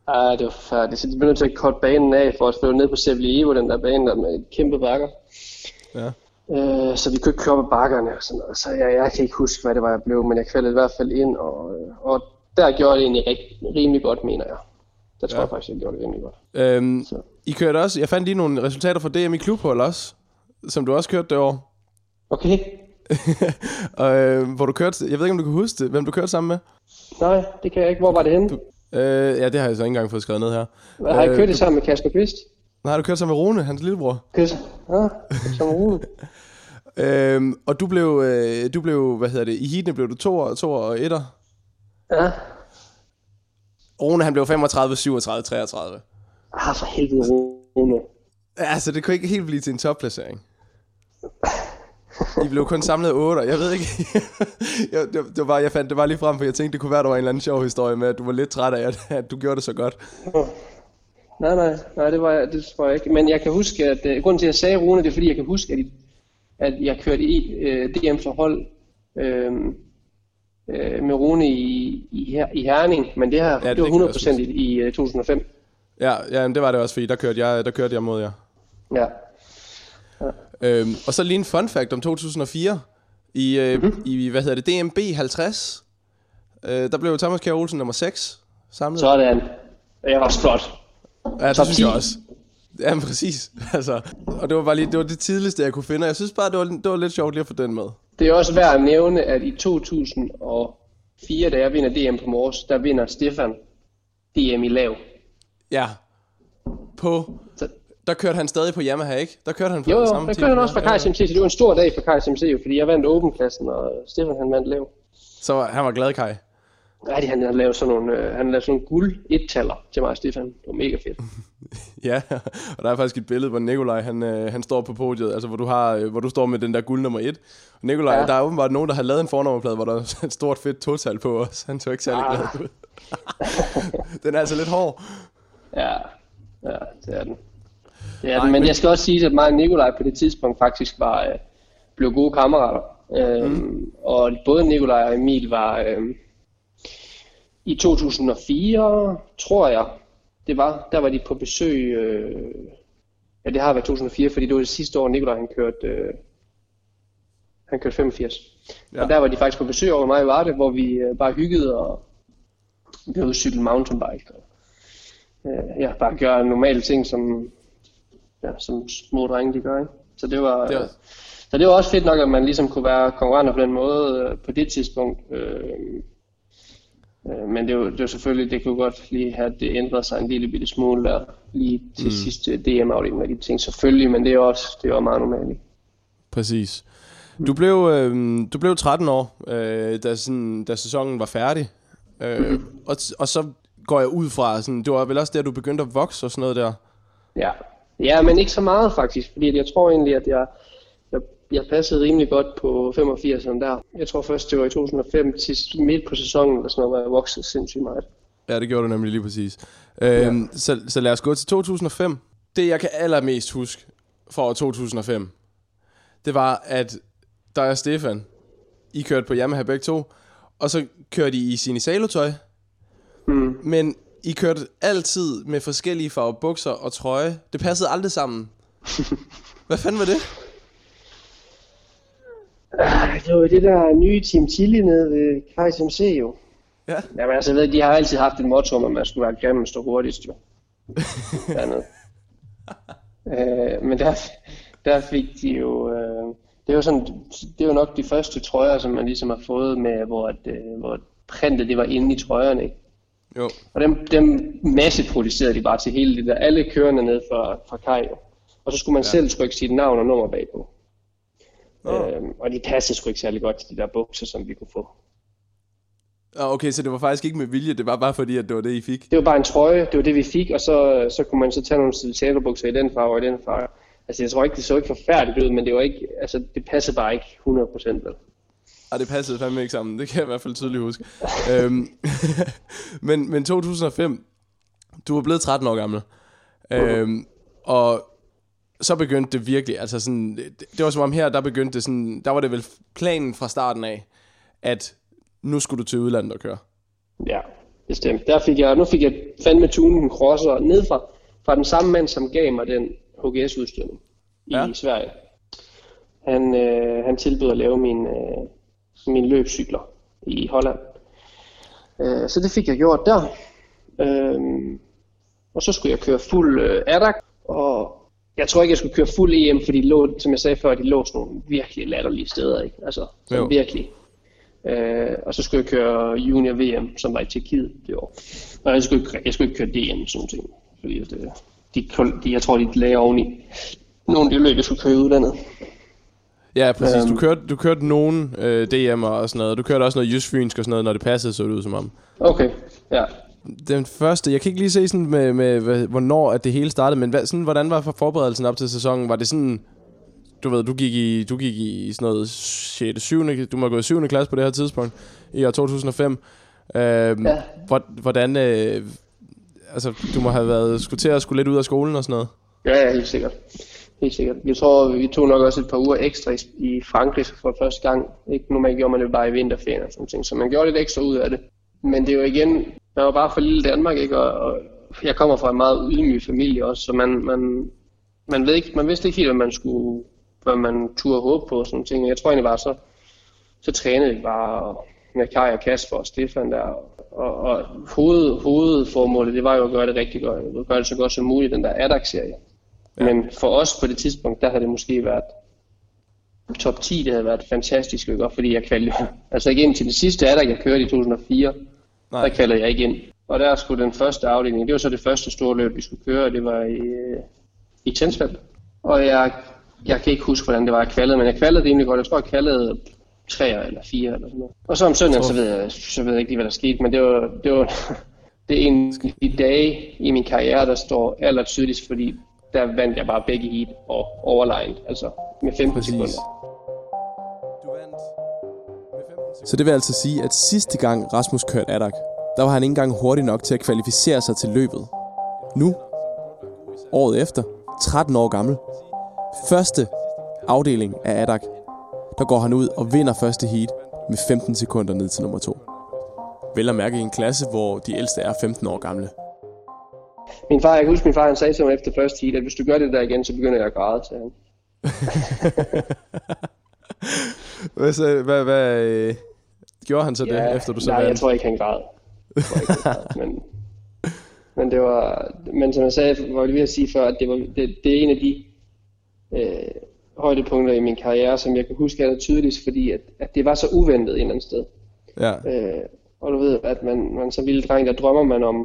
Ej, det var forfærdeligt. Så de blev nødt til at korte banen af for at få ned på Sevlievo, den der bane der med kæmpe bakker. Ja. Øh, så vi kunne ikke køre op ad bakkerne og sådan noget. Så jeg, jeg kan ikke huske, hvad det var, jeg blev, men jeg kvældede i hvert fald ind, og, og der gjorde det egentlig rig, rimelig godt, mener jeg. Der tror ja. jeg faktisk, jeg gjorde det rimelig godt. Øhm, I kørte også, jeg fandt lige nogle resultater fra D M i klubhold også, som du også kørte det år. Okay. og, øh, hvor du kørte, jeg ved ikke, om du kan huske det, hvem du kørte sammen med? Nej, det kan jeg ikke. Hvor var det henne? Du, øh, ja, det har jeg så ikke engang fået skrevet ned her. Hvad, har jeg kørt det sammen med Kasper Kvist? Nej, du kørte sammen med Rune, hans lillebror. Kørt ja, sammen med Rune. øhm, og du blev, øh, du blev, hvad hedder det, i heatene blev du to, to og etter. Ja. Rune, han blev femogtredive, syvogtredive, treogtredive. Ah, for helvede, Rune. Altså, det kunne ikke helt blive til en topplacering. I blev kun samlet otte, jeg ved ikke. jeg, det, det, var, jeg fandt det bare lige frem, for jeg tænkte, det kunne være, der var en eller anden sjov historie med, at du var lidt træt af, at, at du gjorde det så godt. Nej, nej, nej, det var det tror jeg ikke. Men jeg kan huske, at uh, grunden til, at jeg sagde Rune, det er, fordi jeg kan huske, at, I, at jeg kørte i uh, D M for hold uh, uh, med Rune i, i, her, i Herning, men det her ja, det, det var hundrede procent i, i uh, to tusind og fem. Ja, ja, men det var det også, fordi der kørte jeg, der kørte jeg mod jer. Ja. ja. Øhm, og så lige en fun fact om to tusind og fire. I, øh, mm-hmm. i hvad hedder det, D M B halvtreds. Øh, der blev Thomas Kjær Olsen nummer seks samlet. Sådan. Jeg var flot. Ja, det synes jeg også. Ja, præcis. Altså, og det var bare lige, det var det tidligste, jeg kunne finde. Jeg synes bare, det var, det var lidt sjovt lige at få den med. Det er også værd at nævne, at i to tusind og fire, da jeg vinder D M på Mors, der vinder Stefan D M i lav. Ja. På... Så, der kørte han stadig på Yamaha, ikke? Der kørte han på jo, det samme Jo, der kørte han også for K S M C, så det var en stor dag for K S M C, fordi jeg vandt Open-klassen, og Stefan han vandt lav. Så han var glad, Kai? Nej, han har lavet sådan nogle, øh, han har lavet sådan nogle guld et-taller til mig og Stefan. Det var mega fedt. Ja, og der er faktisk et billede, hvor Nikolaj, han, øh, han står på podiet, altså hvor du, har, øh, hvor du står med den der guld nummer et. Og Nikolaj, ja. Der er åbenbart nogen, der har lavet en fornummerplade, hvor der er et stort fedt total på os. Han tog ikke særlig ja. glad ud. Den er altså lidt hård. Ja, ja, det er den. Det er Nej, den. Men, men jeg skal også sige, at mig og Nikolaj på det tidspunkt faktisk var, øh, blev gode kammerater. Øh, mm. Og både Nikolaj og Emil var... Øh, I to tusind og fire, tror jeg, det var, der var de på besøg, øh, ja det har været to tusind og fire, fordi det var det sidste år, Nikolaj han kørte, øh, han kørte femogfirs. Ja. Og der var de faktisk på besøg over mig i Varde, hvor vi øh, bare hyggede og vi havde cyklet mountainbike. Og, øh, ja, bare gøre normale ting, som, ja, som små drenge de gør, ikke? Så det var... Øh, så det var også fedt nok, at man ligesom kunne være konkurrenter på den måde øh, på det tidspunkt. Øh, Men det var, det var selvfølgelig, det kunne godt lige have det ændret sig en lille bitte smule der, lige til mm. sidste D M-afdelingen af de ting, selvfølgelig, men det er også det er meget normalt. Præcis. Du blev, øh, du blev tretten år, øh, da, sådan, da sæsonen var færdig, øh, mm. og, og så går jeg ud fra, sådan, det var vel også der, du begyndte at vokse og sådan noget der? Ja, ja men ikke så meget faktisk, fordi jeg tror egentlig, at jeg... Jeg passede rimelig godt på femogfirserne der. Jeg tror først, det var i to tusind og fem til midt på sæsonen, eller sådan noget, hvor jeg voksede sindssygt meget. Ja, det gjorde du nemlig lige præcis. Øhm, ja. så, så lad os gå til to tusind og fem. Det, jeg kan allermest huske fra to tusind og fem, det var, at dig og Stefan, I kørte på Yamaha begge to, og så kørte I i Sinisalo-tøj. Mm. Men I kørte altid med forskellige farver bukser og trøje. Det passede aldrig sammen. Hvad fanden var det? Det var det der nye Team Chili nede ved K S M C jo. Ja. Jamen altså, jeg ved, de har altid haft et motto om, at man skulle være grimmest og hurtigst jo. Dernede. øh, men der, der fik de jo... Øh, det var sådan, det var nok de første trøjer, som man ligesom har fået med, hvor, at, øh, hvor printet det var inde i trøjerne, ikke? Jo. Og dem, dem masseproducerede de bare til hele det der, alle kørende ned fra, fra Kaj. Og så skulle man ja. selv trykke sit navn og nummer bagpå. Oh. Øhm, og de passede sgu ikke særlig godt til de der bukser, som vi kunne få. Ah, okay, så det var faktisk ikke med vilje, det var bare fordi, at det var det, I fik? Det var bare en trøje, det var det, vi fik, og så, så kunne man så tage nogle silicianerbukser i den farve og i den farve. Altså, jeg tror ikke, det så ikke forfærdeligt ud, men det var ikke, altså, det passede bare ikke hundrede procent vel. Ah, det passede fandme ikke sammen, det kan jeg i hvert fald tydeligt huske. øhm, men, men to tusind og fem, du var blevet tretten år gammel, øhm, og så begyndte det virkelig, altså sådan, det, det var som om her, der begyndte det sådan, der var det vel planen fra starten af, at nu skulle du til udlandet og køre. Ja, bestemt. Der fik jeg, nu fik jeg fandme tunen en crosser ned fra, fra den samme mand, som gav mig den H G S-udstyrning i ja. Sverige. Han, øh, han tilbød at lave min, øh, mine løbscykler i Holland. Øh, så det fik jeg gjort der. Øh, og så skulle jeg køre fuld øh, A D A C, og jeg tror ikke, jeg skulle køre fuld E M, fordi de lå, som jeg sagde før, de lå sådan nogle virkelig latterlige steder, ikke? Altså, så virkelig. Øh, og så skulle jeg køre Junior V M, som var i Tjekkiet det år. Og jeg skulle, jeg skulle ikke køre D M, sådan ting. Fordi det, de, de, jeg tror, de lagde oveni nogle af de løb, jeg skulle køre i udlandet. Ja, præcis. Du kørte, du kørte nogle øh, D M'er og sådan noget. Du kørte også noget Jysk Fynsk og sådan noget, når det passede, så det ud som om. Okay, ja. Den første, jeg kan ikke lige se sådan med, med, med hvornår at det hele startede, men hvad, sådan, hvordan var forberedelsen op til sæsonen? Var det sådan, du ved, du gik i, du gik i sådan noget sjette, syvende, du må have gået i syvende klasse på det her tidspunkt, i år to tusind og fem. Øhm, ja. Hvordan, øh, altså, du må have været, skulle til at skulle lidt ud af skolen og sådan noget? Ja, ja, helt sikkert. Helt sikkert. Jeg tror, vi tog nok også et par uger ekstra i Frankrig for første gang. Ikke normalt gjorde man det bare i vinterferien og sådan ting, så man gjorde lidt ekstra ud af det. Men det er jo igen, man var bare for lille Danmark, ikke? Og, og jeg kommer fra en meget ydmyg familie også, så man, man, man, ved ikke, man vidste ikke helt, hvad man skulle, hvad man turde håbe på og sådan ting. Jeg tror egentlig bare, så, så trænede vi bare med Kai og Kasper og Stefan der. Og, og hoved, hovedformålet, det var jo at gøre det rigtig godt, at gøre det så godt som muligt, den der A D A C-serie. Ja. Men for os på det tidspunkt, der havde det måske været top ti, det havde været fantastisk, ikke? Fordi jeg kvalde, altså ikke ind til det sidste A D A C, jeg kørte i to tusind og fire, nej. Der kvalede jeg ikke ind. Og der skulle den første afdeling, det var så det første store løb, vi skulle køre, det var i, i Tensfeld. Og jeg, jeg kan ikke huske, hvordan det var, jeg kvalede, men jeg kvalede rimelig godt. Jeg tror, jeg kvalede tre eller fire eller sådan noget. Og så om søndagen, så ved jeg, så ved jeg ikke lige, hvad der skete, men det var, det var det er en af de dage i min karriere, der står aller tydeligst, fordi der vandt jeg bare begge heat og overlegnet, altså med femten sekunder. Så det vil altså sige, at sidste gang Rasmus kørte A D A C, der var han ikke engang hurtig nok til at kvalificere sig til løbet. Nu, året efter, tretten år gammel, første afdeling af A D A C, der går han ud og vinder første heat med femten sekunder ned til nummer to. Vel at mærke i en klasse, hvor de ældste er femten år gamle. Min far, jeg kan huske, min far han sagde til mig efter første heat, at hvis du gør det der igen, så begynder jeg at græde, sagde han. hvad, så, hvad, hvad øh, gjorde han så det, ja, efter du så nej, vandt? jeg tror ikke, han græd. Jeg tror ikke, han græd, men, men det var, men som jeg sagde, var jeg ved at sige før, at det, var, det, det er en af de øh, højdepunkter i min karriere, som jeg kan huske aller tydeligst, fordi at, at det var så uventet et eller andet sted. Ja. Øh, og du ved, at man, man som lille dreng, der drømmer man om,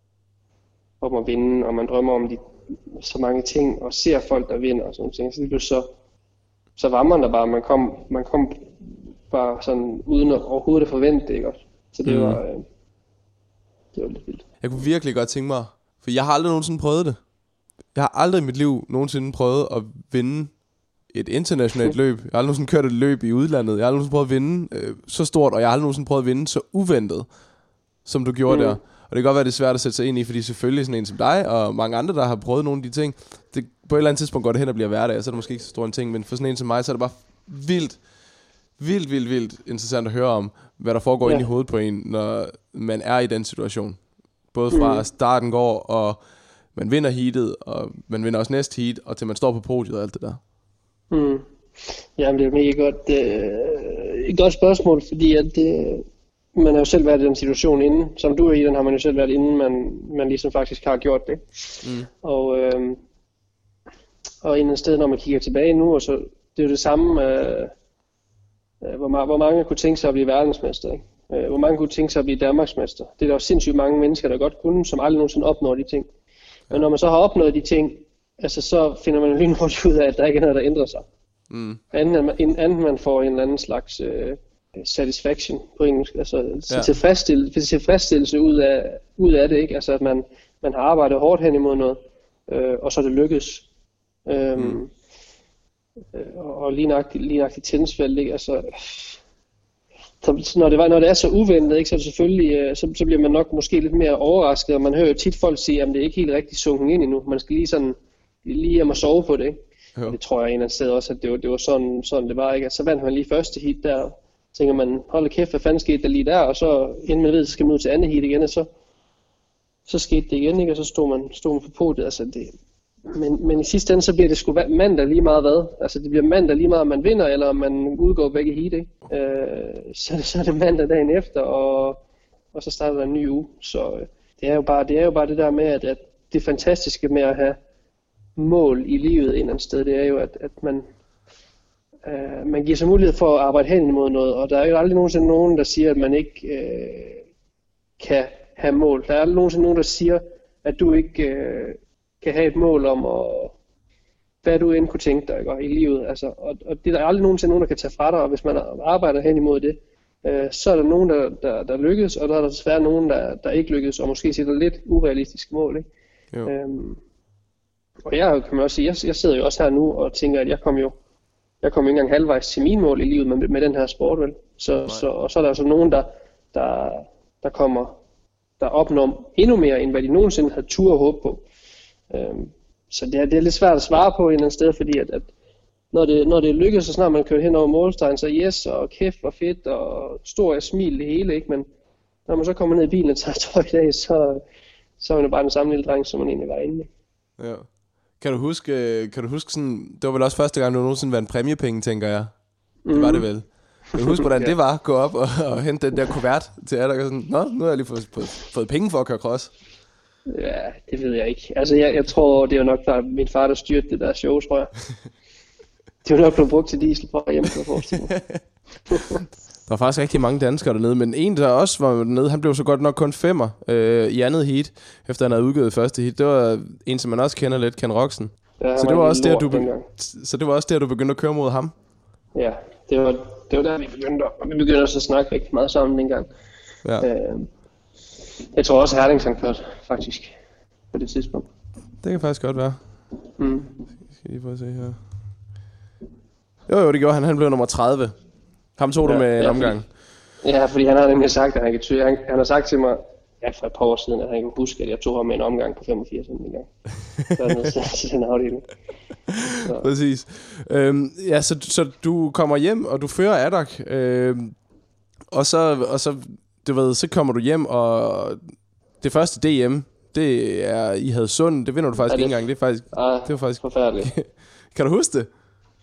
om at vinde, og man drømmer om de, så mange ting, og ser folk, der vinder og sådan ting. Så det blev så, så var man der bare, man kom, man kom bare sådan, uden at overhovedet forvente det, ikke også? Så det, mm. var, øh, det var lidt vildt. Jeg kunne virkelig godt tænke mig, for jeg har aldrig nogensinde prøvet det. Jeg har aldrig i mit liv nogensinde prøvet at vinde et internationalt løb. Jeg har aldrig nogensinde kørt et løb i udlandet. Jeg har aldrig nogensinde prøvet at vinde øh, så stort, og jeg har aldrig nogensinde prøvet at vinde så uventet, som du gjorde mm. der. Og det kan godt være, det er svært at sætte sig ind i, fordi selvfølgelig sådan en som dig, og mange andre, der har prøvet nogle af de ting, det, på et eller andet tidspunkt går det hen og bliver hverdag, så er det måske ikke så stor en ting, men for sådan en som mig, så er det bare vildt, vildt, vildt, vildt interessant at høre om, hvad der foregår ja. Inde i hovedet på en, når man er i den situation. Både fra mm. starten går, og man vinder heatet, og man vinder også næste heat, og til man står på podiet og alt det der. Mm. Jamen det er mega godt, øh, et godt spørgsmål, fordi at det, man har jo selv været i den situation inden, som du er i, den har man jo selv været inden, man, man ligesom faktisk har gjort det. Mm. Og, øh, og en sted, når man kigger tilbage nu, og så, det er jo det samme, øh, hvor, ma- hvor mange kunne tænke sig at blive verdensmester, ikke? Øh, hvor mange kunne tænke sig at blive Danmarksmester. Det er der jo sindssygt mange mennesker, der godt kunne, som aldrig nogensinde opnår de ting. Men når man så har opnået de ting, altså så finder man jo lynhurtigt ud af, at der ikke er noget, der ændrer sig. Mm. Anden, anden man får en eller anden slags øh, satisfaction på engelsk, altså ja. tilfredsstillelse, tilfredsstillelse ud af, ud af det, ikke? Altså at man, man har arbejdet hårdt hen imod noget, øh, og så er det lykkes. Øhm, mm. øh, og lige nøjagtigt, lige nøjagtigt Tensfeld, ikke? Altså, så, når, det var, når det er så uventet, ikke, så, det selvfølgelig, øh, så, så bliver man nok måske lidt mere overrasket, og man hører jo tit folk sige, at det er ikke helt rigtig sunket ind endnu, man skal lige sådan, lige hjem og sove på det, ikke? Det tror jeg en eller anden sted også, at det var, det var sådan, sådan det var, ikke? Så vandt man lige første heat der, tænker man, hold kæft, hvad fanden skete der lige der, og så inden man ved, så skal man ud til andet heat igen, og så, så skete det igen, ikke? Og så stod man, stod man på podiet. Altså det, men, men i sidste ende, så bliver det sgu mandag lige meget hvad. Altså det bliver mandag lige meget, om man vinder, eller om man udgår begge heat, ikke? Øh, så, så er det mandag dagen efter, og, og så starter der en ny uge. Så øh, det, er jo bare, det er jo bare det der med, at, at det fantastiske med at have mål i livet et eller andet sted, det er jo, at, at man, øh, man giver sig mulighed for at arbejde hen imod noget, og der er jo aldrig nogensinde nogen, der siger, at man ikke øh, kan have mål. Der er aldrig nogensinde nogen, der siger, at du ikke øh, kan have et mål om, at, hvad du end kunne tænke dig, ikke, i livet. Altså, og, og det er der aldrig nogensinde nogen, der kan tage fra dig, og hvis man arbejder hen imod det, øh, så er der nogen, der, der, der lykkes, og der er der desværre nogen, der, der ikke lykkes, og måske sætter lidt urealistiske mål, ikke? Øhm, og jeg kan man også sige, jeg, jeg sidder jo også her nu og tænker, at jeg kom jo jeg kom jo ikke engang halvvejs til mine mål i livet med, med den her sport, vel? Så, så, og så er der altså nogen, der, der, der kommer, der opnår endnu mere, end hvad de nogensinde havde tur og håb på. Øhm, så det er, det er lidt svært at svare på et eller andet sted, fordi at, at når, det, når det lykkes, så snart man kører hen over målstregen, så yes, og kæft, og fedt, og stor og smil det hele, ikke? Men når man så kommer ned i bilen og tager tøj i dag, så, så er man jo bare den samme lille dreng, som man egentlig var inde i. Ja. Kan du huske, kan du huske sådan, det var vel også første gang, du nogensinde vandt præmiepenge, tænker jeg. Det var det vel. Kan du huske, hvordan ja. det var, at gå op og, og hente den der kuvert til jer, der sådan, nå, nu har jeg lige fået, fået, fået penge for at køre cross. Ja, det ved jeg ikke. Altså, jeg, jeg tror, det er jo nok bare min far, der styrte det der show, tror jeg. Det var nok blevet brugt til diesel for hjemme, kan jeg forestille mig. Der var faktisk rigtig mange danskere dernede, men en, der også var dernede, han blev så godt nok kun femmer øh, i andet heat, efter han havde udgivet første heat. Det var en, som man også kender lidt, Ken Roxen. Ja, så, det var også der, du be- så det var også der, du begyndte at køre mod ham? Ja, det var, det var der, vi begyndte, og vi begyndte også at snakke rigtig meget sammen dengang. Ja. Øh, jeg tror også, Herlings han kørte, faktisk, på det tidspunkt. Det kan faktisk godt være. Mm. Skal lige prøve at se her. Jo, jo, det gjorde han. Han blev nummer tredive. Ham tog ja, du med en ja, omgang. Fordi, ja, fordi han har nemlig sagt, at han kan ty- han, han har sagt til mig, ja, for et par år siden, at han kan huske, at jeg tog ham med en omgang på femogfirs en gang. Så er det til den afdeling. Så. Præcis. Øhm, ja, så, så du kommer hjem, og du fører Adak. Øhm, og så, og så, du ved, så kommer du hjem, og det første D M, det er i Hadsund. Det vinder du faktisk ja, det, ikke engang. Det er faktisk, ah, det var faktisk forfærdeligt. Kan du huske det?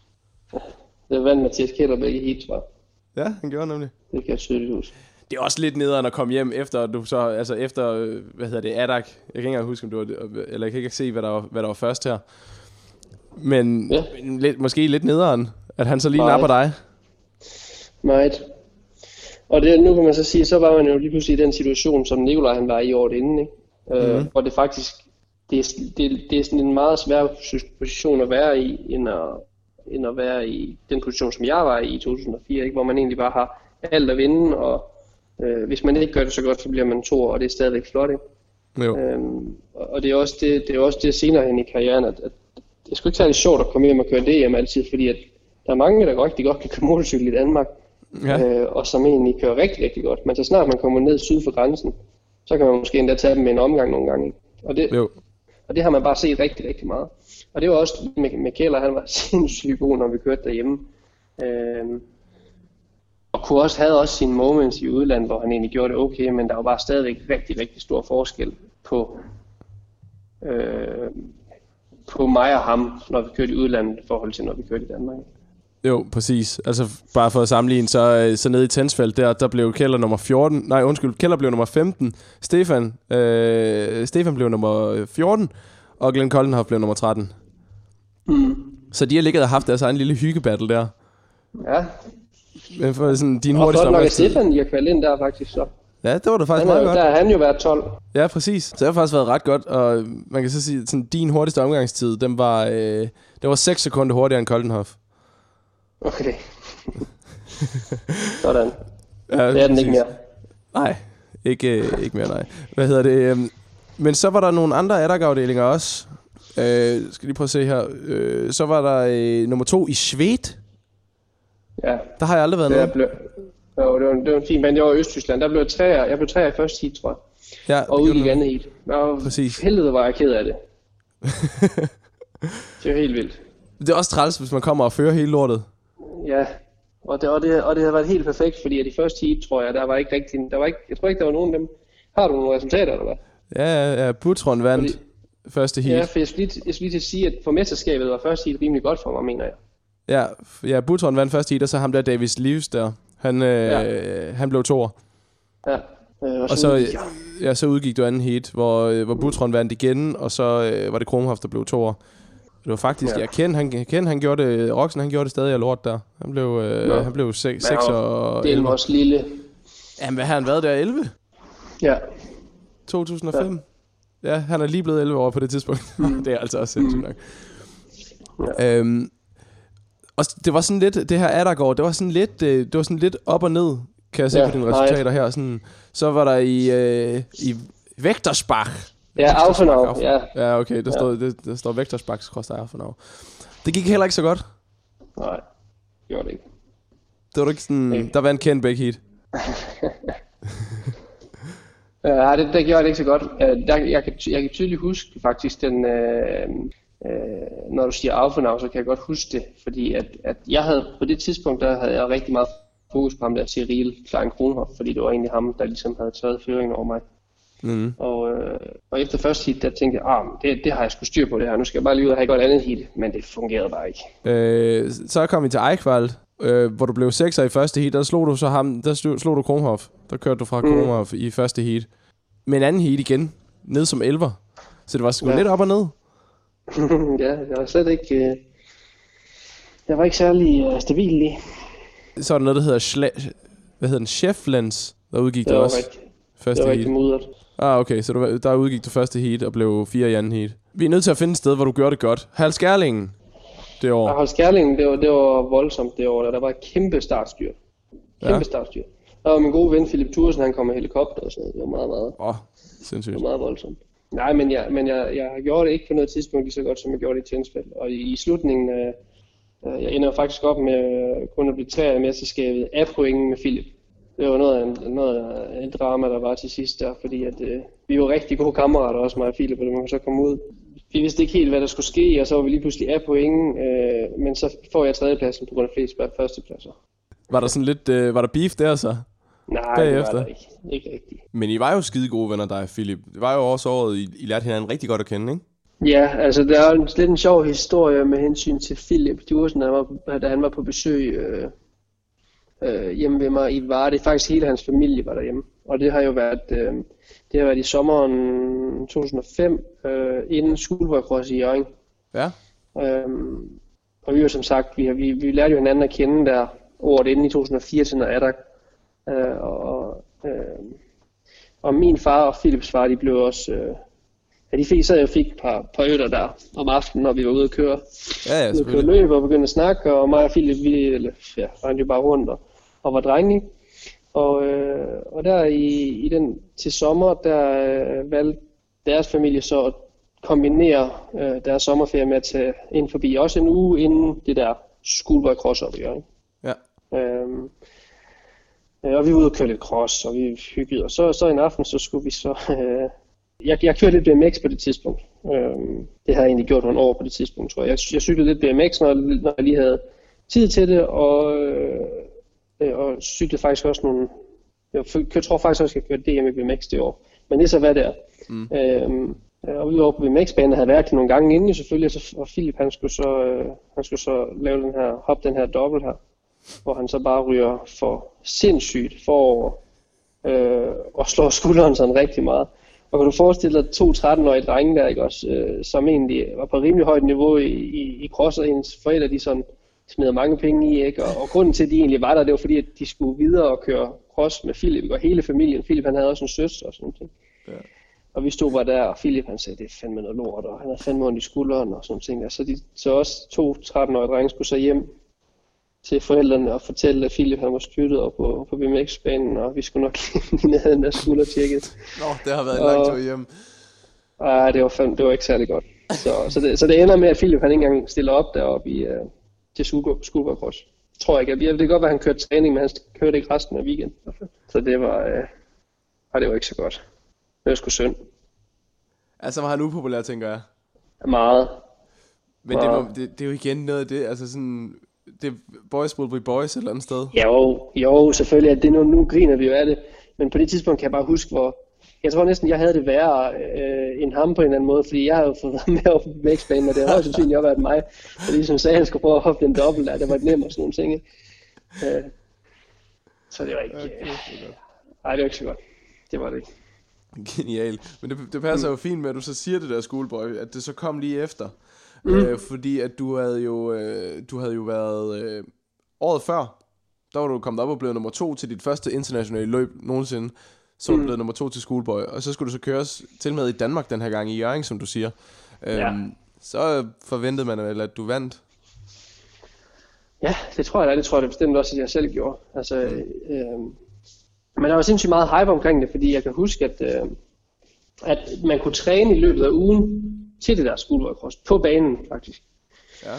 Det vandt Mathias Kjellerbæk i heat, tror jeg. Ja, han gjorde nemlig. Det kan jeg tydeligt huske. Det er også lidt nederen at komme hjem efter du så altså efter hvad hedder det Adak. Jeg kan ikke engang huske om du var eller jeg kan ikke se hvad der var, hvad der var først her. Men ja. lidt, måske lidt nederen at han så lige napper dig. Meget. Og det, nu kan man så sige, så var man jo lige pludselig i den situation som Nikolaj han var i året inden, ikke? Mm-hmm. Øh, og det faktisk det er, det, det er sådan en meget svær position at være i end at end at være i den position, som jeg var i i to tusind og fire, ikke? Hvor man egentlig bare har alt at vinde, og øh, hvis man ikke gør det så godt, så bliver man to, og det er stadigvæk flot, ikke? Jo. Øhm, og det er også det, det er også det senere hen i karrieren, at, at det er sgu ikke særlig sjovt at komme hjem og køre D M altid, fordi at der er mange, der rigtig godt kan køre motorcykel i Danmark, ja. øh, og som egentlig kører rigtig, rigtig godt. Men så snart man kommer ned syd for grænsen, så kan man måske endda tage dem med en omgang nogle gange, ikke? Og det, jo. Og det har man bare set rigtig, rigtig meget. Og det var også med, med Kjell, han var sindssygt god, når vi kørte derhjemme. Øhm, og kunne også, havde også sine moments i udlandet, hvor han egentlig gjorde det okay, men der var bare stadigvæk rigtig, rigtig stor forskel på, øh, på mig og ham, når vi kørte i udlandet, i forhold til når vi kørte i Danmark. Jo, præcis. Altså bare for at sammenligne, så, så nede i Tensfeld, der, der blev Kjeller nummer fjorten. Nej, undskyld, Kjeller blev nummer femten. Stefan, øh, Stefan blev nummer fjorten. Og Glenn Koldenhoff blev nummer tretten. Mm. Så de har ligget og haft deres egen lille hyggebattle der. Ja. Men for sådan, din og hurtigste godt nok er Stefan, jeg kvalde ind der faktisk så. Ja, det var da faktisk han er, meget godt. Der har han jo været tolv. Ja, præcis. Så det har faktisk været ret godt. Og man kan så sige, sådan din hurtigste omgangstid, den var, øh, den var seks sekunder hurtigere end Koldenhoff. Okay. Sådan. Ja, det er den præcis. ikke mere. Nej, ikke, ikke mere nej. Hvad hedder det? Men så var der nogle andre Adak-afdelinger også. Øh, skal lige prøve at se her. Øh, så var der øh, nummer to i Schwedt. Ja. Der har jeg aldrig været noget. Blev, jo, det var, det var en fin band. Jeg var i Østtyskland. Der blev træer. Jeg blev træer i første heat, tror jeg. Ja, og ud i andet heat. Og præcis. Helvede var jeg ked af det. Det var helt vildt. Det er også træls, hvis man kommer og fører hele lortet. Ja. Og det, og det, og det har været helt perfekt, fordi at i første heat, tror jeg, der var ikke rigtig, der var ikke, jeg tror ikke, der var nogen af dem. Har du nogle resultater, eller hvad? Ja, ja, ja. Butron vandt fordi, første heat. Ja, for jeg skulle, lige, jeg skulle lige til at sige, at for mesterskabet var første heat rimelig godt for mig, mener jeg. Ja, ja, Butron vandt første heat, og så ham der Davis Leaves der. Han, øh, ja. han blev toer. Ja. Øh, og så, og så, udgik, ja. Ja, så udgik du anden heat, hvor, hvor Butron vandt igen, og så øh, var det Kronhoff, der blev toer. Det var faktisk, ja, ja Ken, han, Ken, han gjorde det, Roxen, han gjorde det stadig af lort der. Han blev, øh, han blev seks og det er også lille. Jamen, hvad har han været der, elleve? Ja. to tusind og fem? Ja, ja, han er lige blevet elleve år på det tidspunkt. Mm. Det er altså også sindssygt nok. Ja. Øhm, og det var sådan lidt, det her Attergaard, det var sådan lidt, det var sådan lidt op og ned, kan jeg se, ja, på dine resultater nej. Her. Sådan, så var der i, øh, i Vectorsbach. Ja, Aufenau, ja. Ja, okay, der, stod, ja. det, der står Vectorsbach, koster Aufenau. Det gik heller ikke så godt. Nej, gjorde det ikke. Det var ikke sådan, ikke. Der vandt Ken Beck heat. Ja, det, det gjorde det ikke så godt. Der, jeg, kan, jeg kan tydeligt huske faktisk den, øh, øh, når du siger Aufenau, så kan jeg godt huske det, fordi at, at jeg havde, på det tidspunkt, der havde jeg rigtig meget fokus på ham der, Cyril Klein Kronhoff, fordi det var egentlig ham, der ligesom havde taget føringen over mig. Mm. Og, øh, og efter første heat, der tænkte jeg, ah, det, det har jeg sgu styr på det her, nu skal jeg bare lige ud og have et godt andet heat, men det fungerede bare ikke. Øh, så kom vi til Eichwald, øh, hvor du blev sekser i første heat, der slog du så ham, der slog, slog du Kronhoff, der kørte du fra mm. Kronhoff i første heat. Men anden heat igen, ned som elver, så det var sgu ja. Lidt op og ned. Ja, jeg var slet ikke, øh, jeg var ikke særlig øh, stabil lige. Så er der noget, der hedder, Schla- hvad hedder den, Cheflands, der udgik det der også. Rigtig. Første det var rigtig mudret. Ah, okay, så du, der udgik du første heat og blev fire i anden heat. Vi er nødt til at finde et sted, hvor du gjorde det godt. Hals Gerlingen det år. Ja, Hals Gerlingen, det var, det var voldsomt det år. Der var et kæmpe startstyr. Kæmpe ja. startstyr. Der var min gode ven Philip Thursen, han kom med helikopter og sådan noget. Det var meget, meget. Åh, oh, sindssygt. Det var meget voldsomt. Nej, men, jeg, men jeg, jeg har gjort det ikke på noget tidspunkt lige så godt, som jeg gjorde det i Tønsfeld. Og i, i slutningen, øh, jeg ender faktisk op med øh, kun at blive tre i mesterskabet af pointen med Philip. Det var noget af en, noget af en drama, der var til sidst der, fordi at, øh, vi var rigtig gode kammerater, også mig og Philip, og det må så komme ud. Vi vidste ikke helt, hvad der skulle ske, og så var vi lige pludselig af pointen, øh, men så får jeg tredjepladsen på grund af flest førstepladser. Var der sådan lidt, øh, var der beef der så? Nej, bagefter? Det var der ikke. Ikke rigtigt. Men I var jo skide gode venner, dig og Philip. Det var jo også året, I, I lærte hinanden rigtig godt at kende, ikke? Ja, altså der er en, lidt en sjov historie med hensyn til Philip Thursen, da han var, da han var på besøg øh, øh, hjemme ved mig i Varde. Faktisk hele hans familie var derhjemme. Og det har jo været, øh, det har været i sommeren to tusind og fem, øh, inden Skuldborg i Hjørring. Ja. Øhm, og vi var som sagt, vi, vi, vi lærte jo hinanden at kende der året inden i to tusind og fire til noget Adak. Øh, og, øh, og min far og Philips far, de blev også... Øh, ja, de fik, sad jeg og fik et par, par øtter der om aftenen, når vi var ude at køre. Ja, ja, ude at køre løb og begyndte at snakke, og mig og Philip, vi eller, ja, rendte jo bare rundt og, og var drenge. Og, øh, og der i, i den til sommer, der øh, valgte deres familie så at kombinere øh, deres sommerferie med at tage ind forbi. Også en uge inden det der Skuldborg Cross-up i Hjørring. Ja. Øhm, og vi var ude og køre lidt cross, og vi hyggede. Og så, så en aften, så skulle vi så... Øh, jeg, jeg kørte lidt B M X på det tidspunkt. Øhm, det har jeg egentlig gjort nogle år på det tidspunkt, tror jeg. Jeg, jeg cyklede lidt B M X, når, når jeg lige havde tid til det, og, øh, og cyklede faktisk også nogle... Jeg, jeg tror faktisk også, at jeg kørte D M i B M X det år. Men det er så hvad det er. Mm. Øhm, og vi var over på B M X-banen, havde været nogle gange inden selvfølgelig, og Philip han skulle, så, øh, han skulle så lave den her, hop den her dobbelt her, hvor han så bare ryger for sindssygt forover øh, og slår skulderen sådan rigtig meget. Og kan du forestille dig to tretten-årige drenge der, ikke også, øh, som egentlig var på rimelig højt niveau i, i, i cross, og hendes forældre, de sådan smider mange penge i, ikke? Og, og grunden til, at de egentlig var der, det var fordi, at de skulle videre og køre cross med Philip og hele familien. Philip, han havde også en søster og sådan noget. Ja. Og vi stod bare der, og Philip, han sagde, det er fandme noget lort, og han havde fandme ondt i skulderen og sådan noget. Så, de, så også to tretten-årige drenge skulle så hjem til forældrene og fortælle, at Philip han var styrtet op på, på B M X-banen, og vi skulle nok lige have den der skulder tjekket. Nå, det har været en lang tur hjem. Nej, det var fandme, det var ikke særlig godt. Så, så, det, så det ender med, at Philip han ikke engang stiller op deroppe i, uh, til Skuldborg Cross. Tror jeg ikke. Det kan godt være, at han kørte træning, men han kørte ikke resten af weekenden. Så det var, uh, nej, det var ikke så godt. Det var sgu synd. Altså var han upopulær, tænker jeg. Meget. Men det, var, det, det er jo igen noget af det, altså sådan... Det boys will be boys et eller andet sted. Jo, jo selvfølgelig. Det nu, nu griner vi jo af det. Men på det tidspunkt kan jeg bare huske, hvor, jeg tror næsten, jeg havde det værre øh, end ham på en eller anden måde, fordi jeg havde jo fået med op på B M X-banen, og det har også sandsynligt også været mig, der ligesom sagde, at han skulle prøve at hoppe den dobbelt der, det var nemt og sådan nogle ting, ikke? Øh, så det var ikke, øh, nej, det var ikke så godt, det var det ikke. Genial, men det, det passer mm. jo fint med, at du så siger det der Schoolboy, at det så kom lige efter, mm. øh, fordi at du havde jo, øh, du havde jo været, øh, året før, der var du kommet op og blevet nummer to til dit første internationale løb nogensinde. Så var du blevet nummer to til Schoolboy. Og så skulle du så køres til med i Danmark den her gang i Hjørring, som du siger. Ja. Øhm, så forventede man vel, at du vandt. Ja, det tror jeg da. Det tror jeg da bestemt også, at jeg selv gjorde. Altså, mm. øh, men der var sindssygt meget hype omkring det, fordi jeg kan huske, at, øh, at man kunne træne i løbet af ugen til det der Schoolboy Cross. På banen, faktisk. Ja.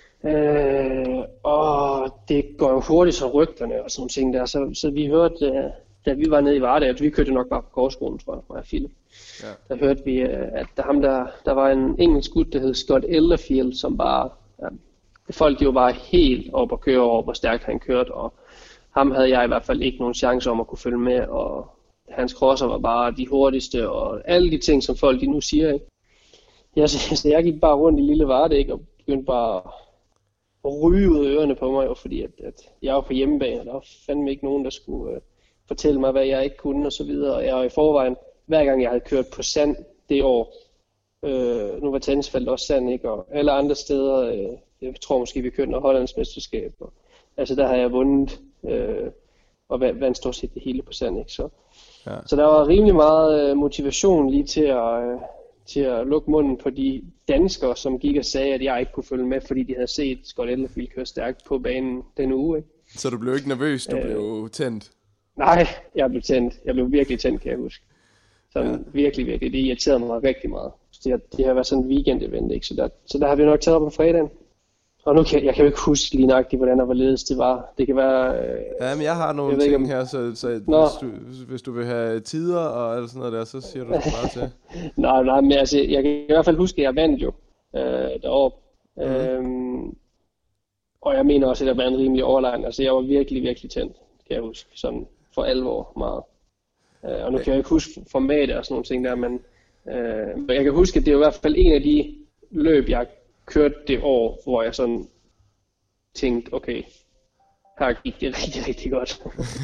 Øh, og det går jo hurtigt så rygterne og sådan nogle ting der, så, så vi hørte, øh, da vi var nede i Varde, at vi kørte nok bare på gårdskolen, tror jeg, mig og Philip. Ja. Der hørte vi, øh, at der, ham der, der var en engelsk gut, der hed Scott Elderfield, som bare, ja, folk de var bare helt op at køre over, hvor stærkt han kørte, og ham havde jeg i hvert fald ikke nogen chance om at kunne følge med, og hans crosser var bare de hurtigste, og alle de ting, som folk de nu siger, ikke? Ja, så, så jeg gik bare rundt i lille Varde, ikke, og begyndte bare at ryge ud af ørerne på mig, fordi at, at jeg var på hjemmebane, og der var fandme ikke nogen, der skulle øh, fortælle mig, hvad jeg ikke kunne, og så videre. Og jeg var i forvejen, hver gang jeg havde kørt på sand det år, øh, nu var tennisfelt også sand, ikke, og alle andre steder, øh, jeg tror måske, vi kørte noget Hollandsmesterskab, og, altså der har jeg vundet, øh, og vandt stort set det hele på sand, ikke, så. Ja. Så der var rimelig meget øh, motivation lige til at, øh, til at lukke munden på de danskere, som gik og sagde, at jeg ikke kunne følge med, fordi de havde set Scott Elderfield køre stærkt på banen den uge, ikke? Så du blev ikke nervøs, du øh, blev tændt? Nej, jeg blev tændt. Jeg blev virkelig tændt, kan jeg huske. Sådan ja. virkelig, virkelig. Det irriterede mig rigtig meget. Det har, det har været sådan en weekend-event, ikke? Så der, så der har vi nok taget op på fredagen. Og nu kan jeg kan jo ikke huske lige nøjagtigt, hvordan og hvorledes det var. Det kan være... Øh, ja, men jeg har nogle jeg ting ikke, her, så, så hvis, du, hvis du vil have tider og alt sådan noget der, så siger du det bare til. nej, nej, men altså, jeg kan i hvert fald huske, at jeg vandt jo øh, deroppe. Mm. Øhm, og jeg mener også, at det var en rimelig overlegen. Altså, jeg var virkelig, virkelig tændt, kan jeg huske. Sådan for alvor meget. Øh, og nu kan jeg ikke huske formatet og sådan nogle ting der, men øh, jeg kan huske, at det er i hvert fald en af de løb, jeg kørte det år, hvor jeg sådan tænkte, okay, her gik det rigtig, rigtig godt.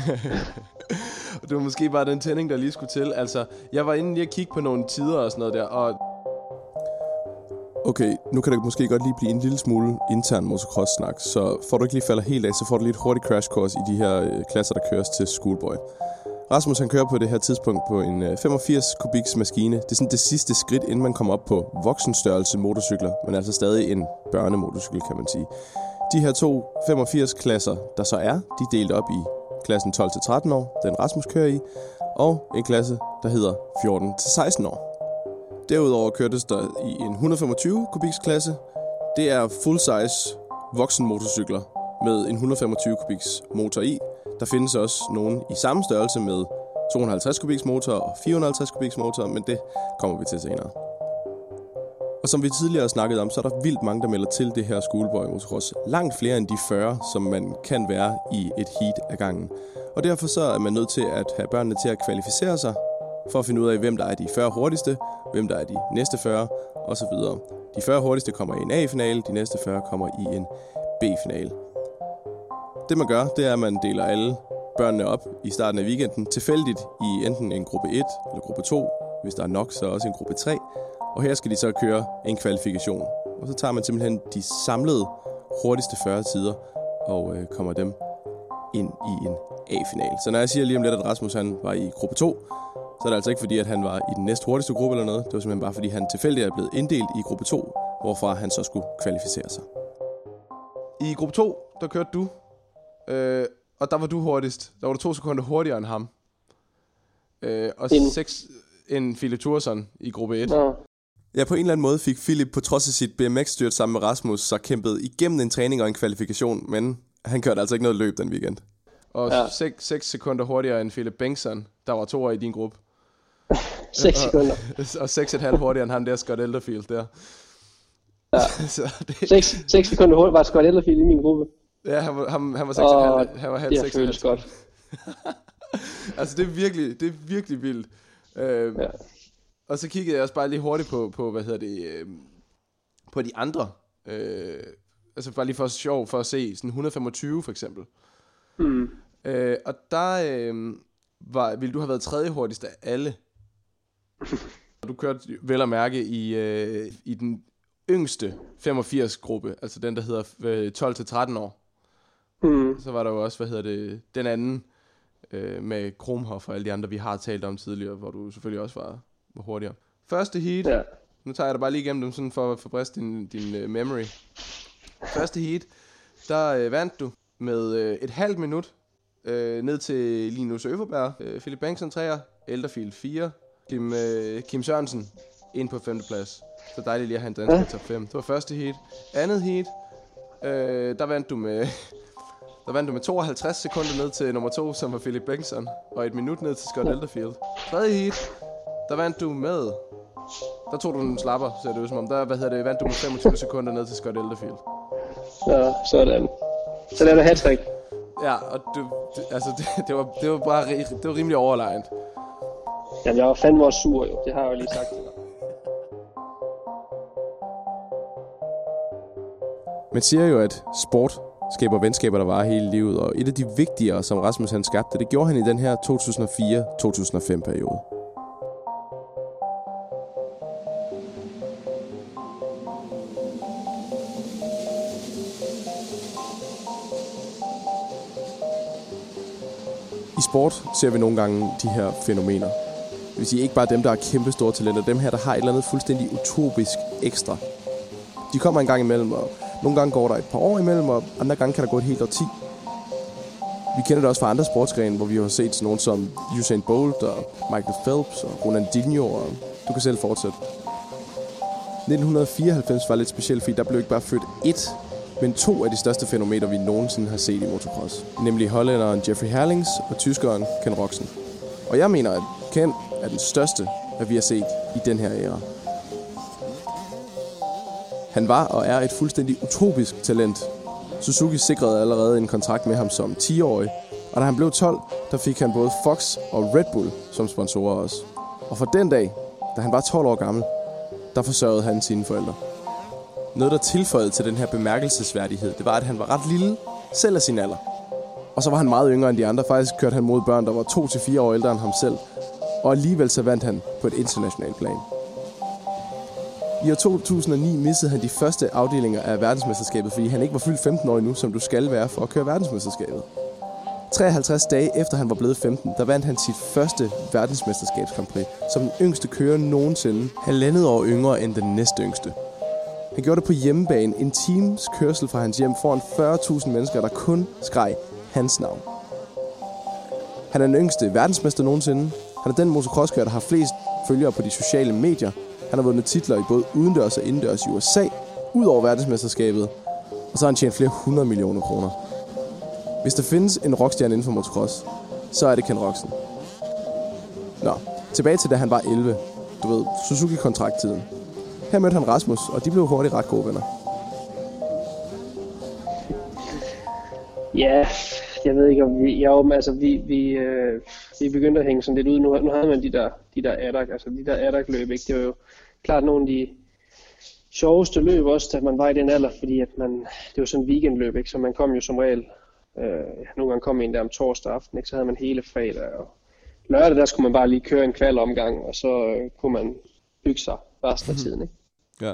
Det var måske bare den tænding, der lige skulle til. Altså, jeg var inde lige at kigge på nogle tider og sådan noget der, og... Okay, nu kan det måske godt lige blive en lille smule intern motocross-snak, så får du ikke lige falder helt af, så får du lige et hurtigt crash course i de her øh, klasser, der køres til Schoolboy. Rasmus han kører på det her tidspunkt på en øh, femogfirs kubiks maskine. Det er sådan det sidste skridt, inden man kommer op på voksenstørrelse motorcykler, men altså stadig en børnemotorcykel, kan man sige. De her to femogfirs klasser, der så er, de er delt op i klassen tolv til tretten år, den Rasmus kører i, og en klasse, der hedder fjorten til seksten år. Derudover kørtes der i en et hundrede og femogtyve kubiks klasse. Det er full-size voksenmotorcykler med en et hundrede og femogtyve kubiks motor i. Der findes også nogen i samme størrelse med to hundrede og halvtreds kubiks motor og fire hundrede og halvtreds kubiks motor, men det kommer vi til senere. Og som vi tidligere har snakket om, så er der vildt mange, der melder til det her Schoolboy Motocross. Langt flere end de fyrre, som man kan være i et heat af gangen. Og derfor så er man nødt til at have børnene til at kvalificere sig, for at finde ud af, hvem der er de fyrre hurtigste, hvem der er de næste fyrre, osv. De fyrre hurtigste kommer i en A-finale, de næste fyrre kommer i en B-finale. Det man gør, det er, at man deler alle børnene op i starten af weekenden tilfældigt i enten en gruppe et eller gruppe to. Hvis der er nok, så også en gruppe tre. Og her skal de så køre en kvalifikation. Og så tager man simpelthen de samlede hurtigste fyrre tider og øh, kommer dem ind i en A-finale. Så når jeg siger lige om lidt, at Rasmus han var i gruppe to, så er det altså ikke fordi, at han var i den næst hurtigste gruppe eller noget. Det var simpelthen bare fordi, han tilfældigt er blevet inddelt i gruppe to, hvorfra han så skulle kvalificere sig. I gruppe to, der kørte du, øh, og der var du hurtigst. Der var du to sekunder hurtigere end ham. Øh, og en. seks end Philip Thurson i gruppe et. Ja. Ja, på en eller anden måde fik Philip på trods af sit B M X-styrt sammen med Rasmus så kæmpet igennem en træning og en kvalifikation, men han kørte altså ikke noget løb den weekend. Og ja. seks sekunder hurtigere end Philip Bengtsson, der var toer i din gruppe. seks sekunder. Og, og seks komma fem hurtigere end han der, Scott Elderfield der. Ja. seks sekunder hurtigere var Scott Elderfield i min gruppe. Ja, han var, han, han var seks komma fem. Han var halv seks komma fem. Altså det er virkelig, det er virkelig vildt. øh, ja. Og så kiggede jeg også bare lige hurtigt på, på hvad hedder det, øh, på de andre. Øh, altså bare lige for sjov, for at se sådan et hundrede og femogtyve for eksempel. Mm. Øh, og der øh, var, ville du have været tredje hurtigst af alle. Du kørte vel at mærke i, øh, i den yngste femogfirs gruppe, altså den der hedder øh, tolv til tretten år. Mm. Så var der jo også, hvad hedder det, den anden øh, med Krumhoff og alle de andre, vi har talt om tidligere, hvor du selvfølgelig også var, var hurtigere. Første heat, ja. Nu tager jeg dig bare lige igennem dem, sådan for at forbriste din, din uh, memory. Første heat, der øh, vandt du med øh, et halvt minut øh, ned til Linus Øverberg, øh, Philip Bengtsson treer, Elderfield fire, Kim, øh, Kim Sørensen ind på femte plads. Så dejligt lige at have en dansker i top fem. Det var første heat. Andet heat, øh, der vandt du med der vandt du med tooghalvtreds sekunder ned til nummer to, som var Philip Bengtsson, og et minut ned til Scott Elderfield. Tredje heat, der vandt du med der tog du en slapper, ser det ud som om. Der, hvad hedder det, vandt du med femogtyve sekunder ned til Scott Elderfield. Ja, sådan. Så lavede du hat-trick. Ja, og du, det, altså det, det, var, det var bare det var rimelig overlegent. Jamen, jeg var fandme også sur jo. Det har jeg jo lige sagt til dig. Man siger jo, at sport skaber venskaber, der varer hele livet, og et af de vigtigere, som Rasmus han skabte, det gjorde han i den her to tusind og fire til to tusind og fem periode. I sport ser vi nogle gange de her fænomener. Det vil sige ikke bare dem, der er kæmpe store talenter, dem her, der har et eller andet fuldstændig utopisk ekstra. De kommer en gang imellem, og nogle gange går der et par år imellem, og andre gange kan der gå et helt årti. Vi kender det også fra andre sportsgrene, hvor vi har set sådan nogen som Usain Bolt og Michael Phelps og Ronaldinho, og du kan selv fortsætte. nitten fireoghalvfems var lidt specielt, fordi der blev ikke bare født ét, men to af de største fænomener, vi nogensinde har set i motocross. Nemlig hollænderen Jeffrey Herlings og tyskeren Ken Roczen. Og jeg mener, at Ken er den største, hvad vi har set i den her æra. Han var og er et fuldstændig utopisk talent. Suzuki sikrede allerede en kontrakt med ham som ti-årig, og da han blev tolv, der fik han både Fox og Red Bull som sponsorer også. Og fra den dag, da han var tolv år gammel, der forsørgede han sine forældre. Noget, der tilføjede til den her bemærkelsesværdighed, det var, at han var ret lille, selv af sin alder. Og så var han meget yngre end de andre. Faktisk kørte han mod børn, der var to til fire år ældre end ham selv. Og alligevel så vandt han på et internationalt plan. I år to tusind og ni missede han de første afdelinger af verdensmesterskabet, fordi han ikke var fyldt femten år endnu, som du skal være for at køre verdensmesterskabet. treoghalvtreds dage efter han var blevet femten, der vandt han sit første verdensmesterskabskamp som den yngste kører nogensinde, halvandet år yngre end den næste yngste. Han gjorde det på hjemmebane, en times kørsel fra hans hjem foran fyrre tusind mennesker, der kun skreg hans navn. Han er den yngste verdensmester nogensinde. Han er den motocrosskører, der har flest følgere på de sociale medier. Han har vundet titler i både udendørs og indendørs i U S A, ud over verdensmesterskabet, og så har han tjent flere hundrede millioner kroner. Hvis der findes en rockstjerne inden for motocross, så er det Ken Roczen. Nå, tilbage til da han var elleve. Du ved, Suzuki-kontrakt-tiden. Her mødte han Rasmus, og de blev hurtigt ret gode venner. Ja, jeg ved ikke om vi... Jo, altså vi, vi, øh, vi begyndte at hænge sådan lidt ud. Nu, nu havde man de der, de der A D A C, altså de der A D A C-løb, ikke? Det var jo klart nogle af de sjoveste løb også, da man var i den alder, fordi at man, det var sådan en weekendløb, ikke? Så man kom jo som regel... Øh, nogle gange kom en der om torsdag aften, ikke? Så havde man hele fredag, og lørdag der skulle man bare lige køre en kvalomgang, og så øh, kunne man bygge sig resten af tiden, ikke? Ja.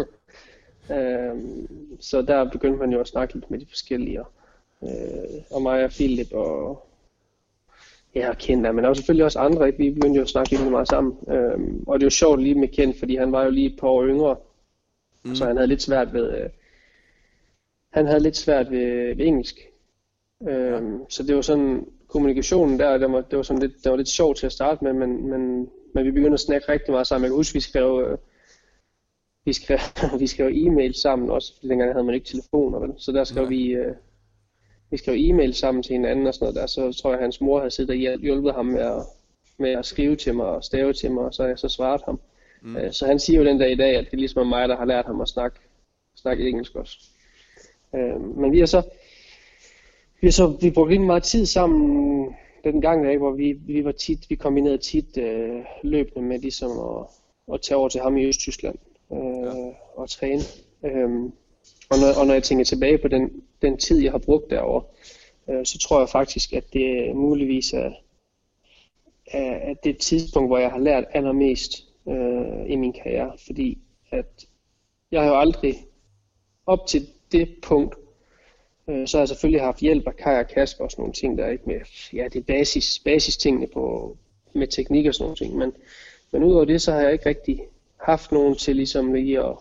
øhm, så der begyndte man jo at snakke lidt med de forskellige, øh, og mig og Philip og ja, og Ken der, men der var selvfølgelig også andre, ikke? Vi begyndte jo at snakke lidt meget sammen, øhm, og det var sjovt lige med Ken, fordi han var jo lige et par år yngre, mm. så han havde lidt svært ved øh, han havde lidt svært ved, ved engelsk. Øhm, så det var sådan kommunikationen der, det var, det var sådan lidt, det var lidt sjovt til at starte med, men, men, men vi begyndte at snakke rigtig meget sammen. Jeg kan huske, vi skrev, øh, vi skrev, vi skrev e-mail sammen også, fordi dengang havde man ikke telefoner, vel? Så der skrev ja. vi, øh, vi skrev e-mail sammen til hinanden og sådan noget der. Så tror jeg, at hans mor havde siddet og hjulpet ham med at, med at skrive til mig og stave til mig, og så jeg så svaret ham. Mm. Øh, så han siger jo den dag i dag, at det er ligesom mig, der har lært ham at snakke, snakke engelsk også. Øh, men vi har så Vi, så, vi brugte rigtig meget tid sammen, den gang der, ikke, hvor vi, vi var tit, vi kombinerede tit øh, løbende med ligesom at, at tage over til ham i Østtyskland øh, ja. og træne. Øhm, og, når, og når jeg tænker tilbage på den, den tid, jeg har brugt derovre, øh, så tror jeg faktisk, at det muligvis er, er, er det tidspunkt, hvor jeg har lært allermest øh, i min karriere. Fordi at jeg har jo aldrig op til det punkt, øh, så har jeg selvfølgelig haft hjælp af Kai og Kasper og sådan nogle ting, der er ikke med, ja, det er basis, basis tingene på, med teknik og sådan nogle ting, men, men udover det, så har jeg ikke rigtig haft nogen til ligesom lige at,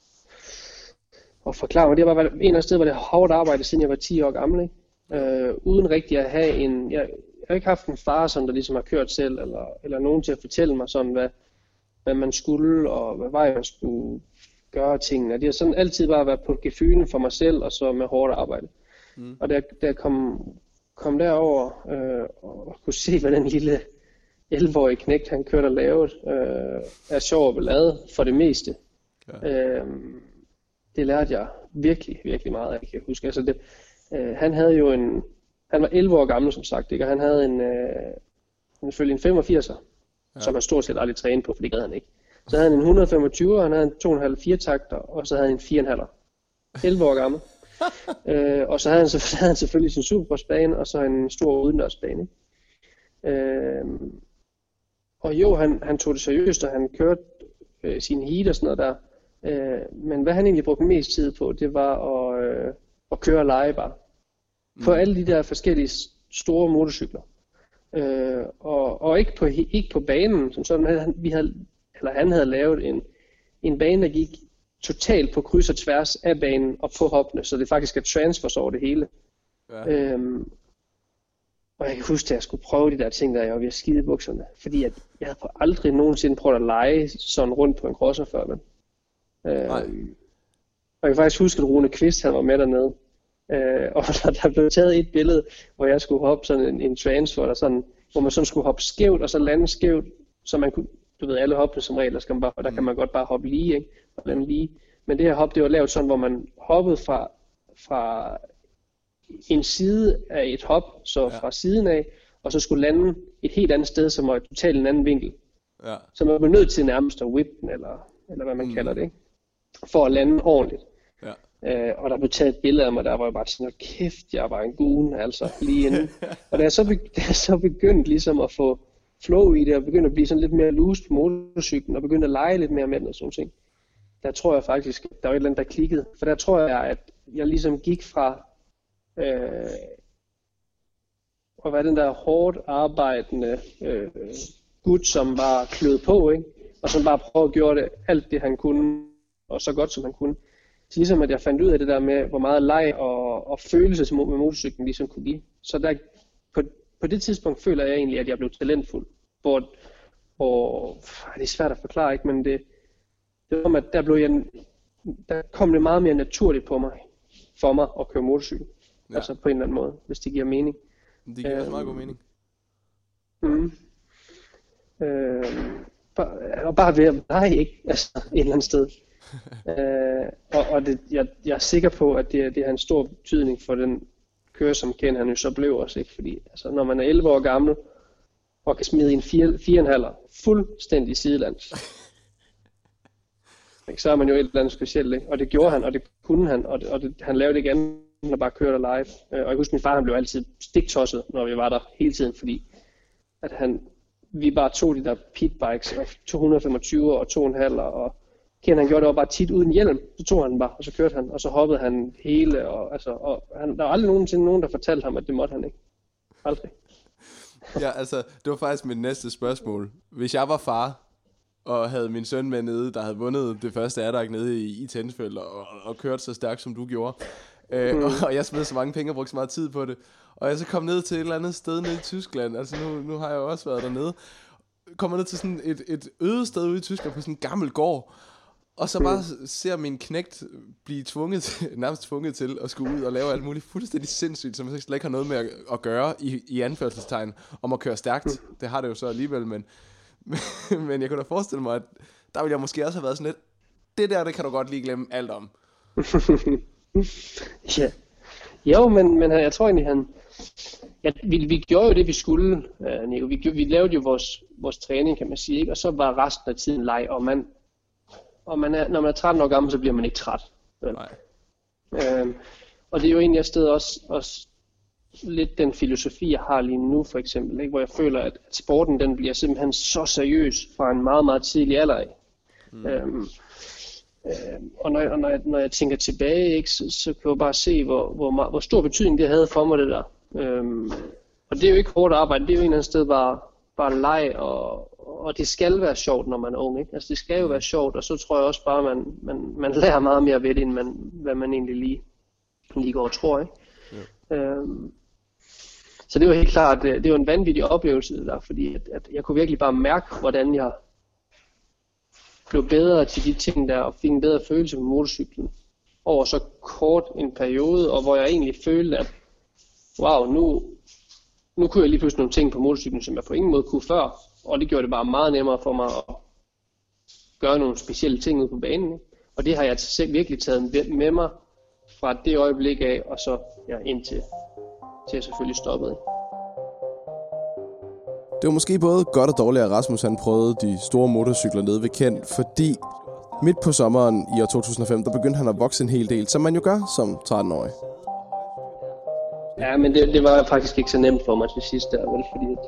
at forklare mig. Det har bare været en eller anden sted, hvor det har hårdt arbejde, siden jeg var ti år gammel, ikke? Øh, uden rigtig at have en, jeg, jeg har ikke haft en far, sådan, der ligesom har kørt selv, eller, eller nogen til at fortælle mig sådan, hvad, hvad man skulle, og hvad vej man skulle gøre tingene. Det har sådan altid bare været på gefylen for mig selv, og så med hårdt arbejde. Mm. Og da, da jeg kom, kom derover øh, og kunne se, hvad den lille elleve-årige knægt, han kørte og lavede, øh, er sjov og ballade for det meste. Ja. Øh, det lærte jeg virkelig, virkelig meget af, kan jeg huske. Altså det, øh, han havde jo en, han var elleve år gammel, som sagt, ikke? Og han havde en, øh, selvfølgelig en femogfirser, ja. Som han stort set aldrig trænede på, for det gad han ikke. Så havde han en et hundrede og femogtyve, han havde en to komma fem fire takter, og så havde han en fire komma fem elleve år gammel. øh, og så havde han, så havde han selvfølgelig sin supercrossbane, og så en stor udendørsbane. Øh, og jo, han, han tog det seriøst, og han kørte øh, sine heat og sådan noget der. Øh, men hvad han egentlig brugte mest tid på, det var at, øh, at køre og lege bare. På mm. alle de der forskellige store motorcykler. Øh, og, og ikke på, ikke på banen, som sådan, han, vi havde, eller han havde lavet en, en bane, der gik totalt på kryds og tværs af banen og på hoppene, så det faktisk er transfers over det hele. Ja. Øhm, og jeg kan huske, at jeg skulle prøve de der ting, der jeg var ved at skide i bukserne, fordi at jeg havde aldrig nogensinde prøvet at lege sådan rundt på en crosser før. Men. Øhm, og jeg kan faktisk huske, at Rune Kvist, han var med dernede, øh, og der, der blev taget et billede, hvor jeg skulle hoppe sådan en, en transfer, der sådan, hvor man sådan skulle hoppe skævt og så lande skævt, så man kunne, du ved, alle hoppene som regel, der, skal man bare, der kan man godt bare hoppe lige, ikke? Og lande lige. Men det her hop, det var lavet sådan, hvor man hoppede fra, fra en side af et hop, så ja. Fra siden af, og så skulle lande et helt andet sted, som var totalt en anden vinkel. Ja. Så man var nødt til nærmest at whippe den, eller, eller hvad man mm. kalder det, ikke? For at lande ordentligt. Ja. Øh, og der blev taget et billede af mig, der var jeg bare sådan, kæft, jeg var en gun, altså, lige inden. Og da jeg så, be- da jeg så begyndte ligesom at få flow i det, og begyndte at blive sådan lidt mere loose på motorcyklen, og begyndte at lege lidt mere med den og sådan ting, der tror jeg faktisk, der var et eller andet, der klikkede. For der tror jeg, at jeg ligesom gik fra øh, at være den der hårdt arbejdende øh, gut, som bare klød på, ikke? Og som bare prøvede at gøre det, alt det han kunne, og så godt som han kunne. Så ligesom at jeg fandt ud af det der med, hvor meget leg og, og følelse med motorcyklen ligesom kunne give. Så der, på, på det tidspunkt føler jeg egentlig, at jeg blev talentfuld. Hvor, hvor det er svært at forklare, ikke? Men det, det var, at der, blev jeg, der kom det meget mere naturligt på mig, for mig at køre motorcykel. Ja. Altså på en eller anden måde, hvis det giver mening. Det giver også meget god mening. Mm. Øh, bare, og bare ved at nej, ikke? Altså et eller andet sted. øh, og og det, jeg, jeg er sikker på, at det, det har en stor betydning for den kører, som Ken han jo så blev også, ikke? Fordi altså, når man er elleve år gammel, og kan smide en fire komma fem fuldstændig sidelands, så er man jo et eller andet specielt, ikke? Og det gjorde han, og det kunne han, og, det, og det, han lavede det ikke andet, og bare kørte live. Og jeg husker, min far han blev altid stiktosset, når vi var der hele tiden, fordi at han, vi bare tog de der pitbikes, to hundrede og femogtyve og to komma fem, og Ken han gjorde det bare tit uden hjelm, så tog han den bare, og så kørte han, og så hoppede han hele, og, altså, og han, der var aldrig nogensinde nogen, der fortalte ham, at det måtte han ikke. Aldrig. Ja, altså, det var faktisk mit næste spørgsmål. Hvis jeg var far, og havde min søn med nede, der havde vundet det første Adak nede i, i Tensfeld, og, og kørt så stærkt, som du gjorde, øh, mm. og, og jeg smed så mange penge og brugte så meget tid på det, og jeg så kom ned til et eller andet sted nede i Tyskland, altså nu, nu har jeg jo også været dernede, kommer ned til sådan et, et øde sted ude i Tyskland, på sådan en gammel gård, og så bare mm. ser min knægt blive tvunget til, nærmest tvunget til at skulle ud og lave alt muligt fuldstændig sindssygt, som jeg slet ikke har noget med at, at gøre i, i anførselstegn om at køre stærkt. Mm. Det har det jo så alligevel, men, men jeg kunne da forestille mig, at der ville jeg måske også have været sådan lidt, det der, det kan du godt lige glemme alt om. Ja, Jo, men, men jeg tror egentlig, han... Ja, vi, vi gjorde jo det, vi skulle, uh, Nico. Vi, vi lavede jo vores, vores træning, kan man sige, ikke? Og så var resten af tiden leg, og man... Og man er, når man er tretten år gammel, så bliver man ikke træt. Nej. Øhm, og det er jo egentlig et sted også, også lidt den filosofi, jeg har lige nu, for eksempel, ikke? Hvor jeg føler, at sporten den bliver simpelthen så seriøs fra en meget, meget tidlig alder af. Mm. Øhm, øhm, og når jeg, og når, jeg, når jeg tænker tilbage, ikke, så, så kan jeg bare se, hvor, hvor, hvor stor betydning det havde for mig, det der. Øhm, og det er jo ikke hårdt arbejde, det er jo en eller anden sted bare, bare leg, og, og det skal være sjovt, når man er ung, ikke? Altså det skal jo være sjovt, og så tror jeg også bare, man, man, man lærer meget mere ved det, end man, hvad man egentlig lige, lige går og tror, ikke? Ja. Øhm, så det var helt klart, det, det var en vanvittig oplevelse det der, fordi at, at jeg kunne virkelig bare mærke, hvordan jeg blev bedre til de ting der, og fik en bedre følelse på motorcyklen over så kort en periode, og hvor jeg egentlig følte, at wow, nu, nu kunne jeg lige pludselig nogle ting på motorcyklen, som jeg på ingen måde kunne før, og det gjorde det bare meget nemmere for mig at gøre nogle specielle ting ude på banen, ikke? Og det har jeg selv virkelig taget med mig fra det øjeblik af, og så ja, indtil til jeg selvfølgelig stoppede. Det var måske både godt og dårligt, at Rasmus han prøvede de store motorcykler nede ved Kent, fordi midt på sommeren i år to tusind og fem, der begyndte han at vokse en hel del, som man jo gør som tretten-årig. Ja, men det, det var faktisk ikke så nemt for mig til sidst der, vel, fordi at,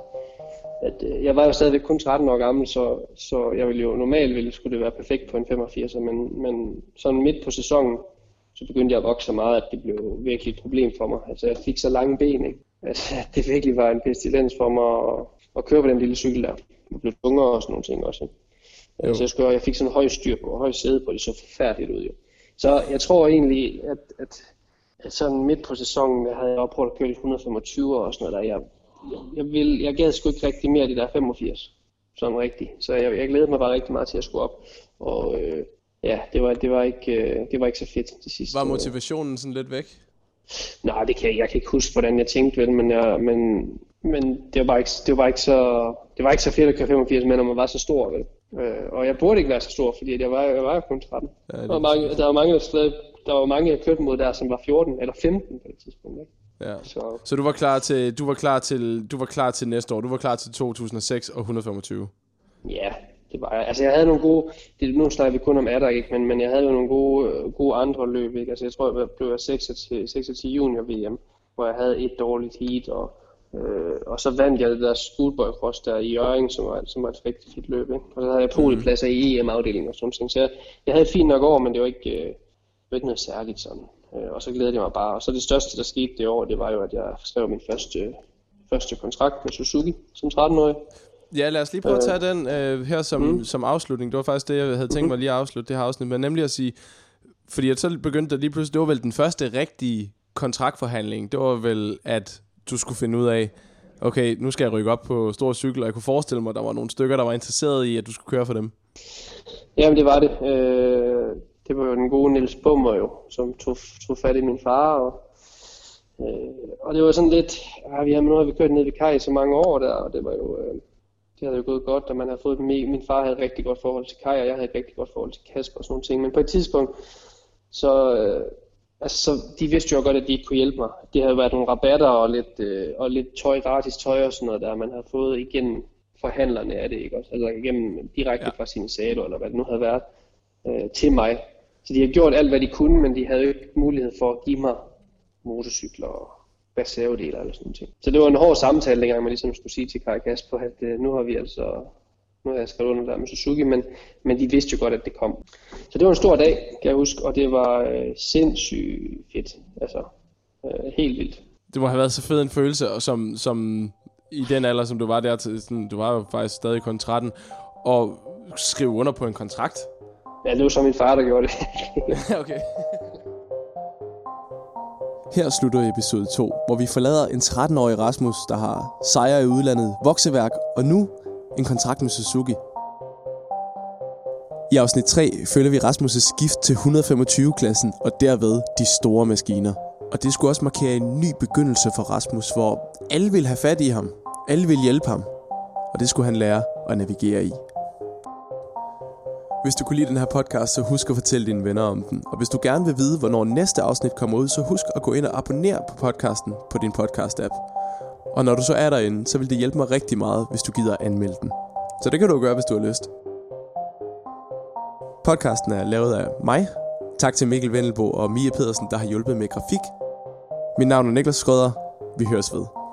at jeg var jo stadigvæk kun tretten år gammel, så, så jeg ville jo normalt ville, skulle det være perfekt på en femogfirs, men, men sådan midt på sæsonen, så begyndte jeg at vokse så meget, at det blev virkelig et problem for mig. Altså jeg fik så lange ben, ikke? Altså, det virkelig var en pestilens for mig at, at køre på den lille cykel der. Jeg blev tungere og sådan nogle ting også. Altså jeg, skulle, jeg fik sådan en høj styr på, og høj sæde på, det så forfærdeligt ud jo. Så jeg tror egentlig, at, at, at sådan midt på sæsonen, jeg havde jeg prøvet at køre lidt et hundrede og femogtyve og sådan noget der. Jeg, jeg, jeg, ville, jeg gad sgu ikke rigtig mere af de der femogfirs, sådan rigtigt. Så jeg, jeg glædede mig bare rigtig meget til at skulle op. Og øh, ja, det var, det, var ikke, det var ikke så fedt til sidst. Var motivationen sådan lidt væk? Nej, det kan jeg, jeg kan ikke huske, hvordan jeg tænkte vel, men, jeg, men, men det, var bare ikke, det, var bare ikke så, det var ikke så fedt at køre femogfirs med, når man var så stor, vel. Øh, og jeg burde ikke være så stor, fordi jeg var, jeg var kun tretten. Ja, der, var mange, der var mange, der var mange, jeg kørte mod der, som var fjorten eller femten på det tidspunkt, ikke? Ja. Så. så du var klar til, du var klar til, du var klar til næste år. Du var klar til to tusind og seks og et hundrede og femogtyve. Ja, det var jeg. Altså jeg havde nogle gode, det nu snakker vi kun om Adder, ikke, men men jeg havde jo nogle gode, gode andre løb, ikke. Altså jeg tror jeg blev seks til junior V M, hvor jeg havde et dårligt heat, og øh, og så vandt jeg det der Schoolboy Cross der i Hjørring, som var som var et rigtig fedt løb, ikke. Og så havde jeg podiepladser i E M afdelingen og sådan ting. Så jeg, jeg havde fint nok over, men det var ikke øh, det var ikke noget særligt sådan. Og så glædede jeg mig bare. Og så det største, der skete det år, det var jo, at jeg skrev min første, første kontrakt med Suzuki som tretten-årig. Ja, lad os lige prøve at tage den øh, her som, mm. som afslutning. Det var faktisk det, jeg havde tænkt mig lige at afslutte det her afsnit. Men nemlig at sige, fordi at så begyndte der lige pludselig, det var vel den første rigtige kontraktforhandling. Det var vel, at du skulle finde ud af, okay, nu skal jeg rykke op på store cykel, og jeg kunne forestille mig, at der var nogle stykker, der var interesseret i, at du skulle køre for dem. Jamen, det var det. Øh... Det var jo den gode Niels Bummer jo, som tog, tog fat i min far, og, øh, og det var sådan lidt, ja, vi har nu har vi kørt ned ved Kaj i så mange år der, og det var jo, øh, det havde jo gået godt, og man havde fået dem i. Min far havde et rigtig godt forhold til Kaj, og jeg havde et rigtig godt forhold til Kasper og sådan nogle ting, men på et tidspunkt, så, øh, altså, så de vidste jo godt, at de ikke kunne hjælpe mig. Det havde været nogle rabatter og lidt, øh, og lidt tøj, gratis tøj og sådan noget der, man havde fået igennem forhandlerne af det, ikke også? Altså igennem direkte ja. Fra sine sager, eller hvad det nu havde været, øh, til mig. Så de har gjort alt, hvad de kunne, men de havde jo ikke mulighed for at give mig motorcykler og reservedeler eller sådan noget. Så det var en hård samtale, dengang man ligesom skulle sige til Kaj Kasper, at øh, nu har vi altså, nu har jeg skrevet under der med Suzuki, men, men de vidste jo godt, at det kom. Så det var en stor dag, kan jeg huske, og det var øh, sindssygt fedt, altså øh, helt vildt. Det må have været så fed en følelse, og som, som i den alder, som du var der til, sådan, du var jo faktisk stadig kun tretten, og skrive under på en kontrakt. Ja, det var så min far, der gjorde det. Okay. Her slutter episode to, hvor vi forlader en tretten-årig Rasmus, der har sejre i udlandet, vokseværk og nu en kontrakt med Suzuki. I afsnit tre følger vi Rasmus' skift til et hundrede og femogtyve-klassen og derved de store maskiner. Og det skulle også markere en ny begyndelse for Rasmus, hvor alle ville have fat i ham, alle ville hjælpe ham, og det skulle han lære at navigere i. Hvis du kunne lide den her podcast, så husk at fortælle dine venner om den. Og hvis du gerne vil vide, hvornår næste afsnit kommer ud, så husk at gå ind og abonnere på podcasten på din podcast-app. Og når du så er derinde, så vil det hjælpe mig rigtig meget, hvis du gider at anmelde den. Så det kan du gøre, hvis du har lyst. Podcasten er lavet af mig. Tak til Mikkel Vendelbo og Mia Pedersen, der har hjulpet med grafik. Mit navn er Niklas Schrøder. Vi høres ved.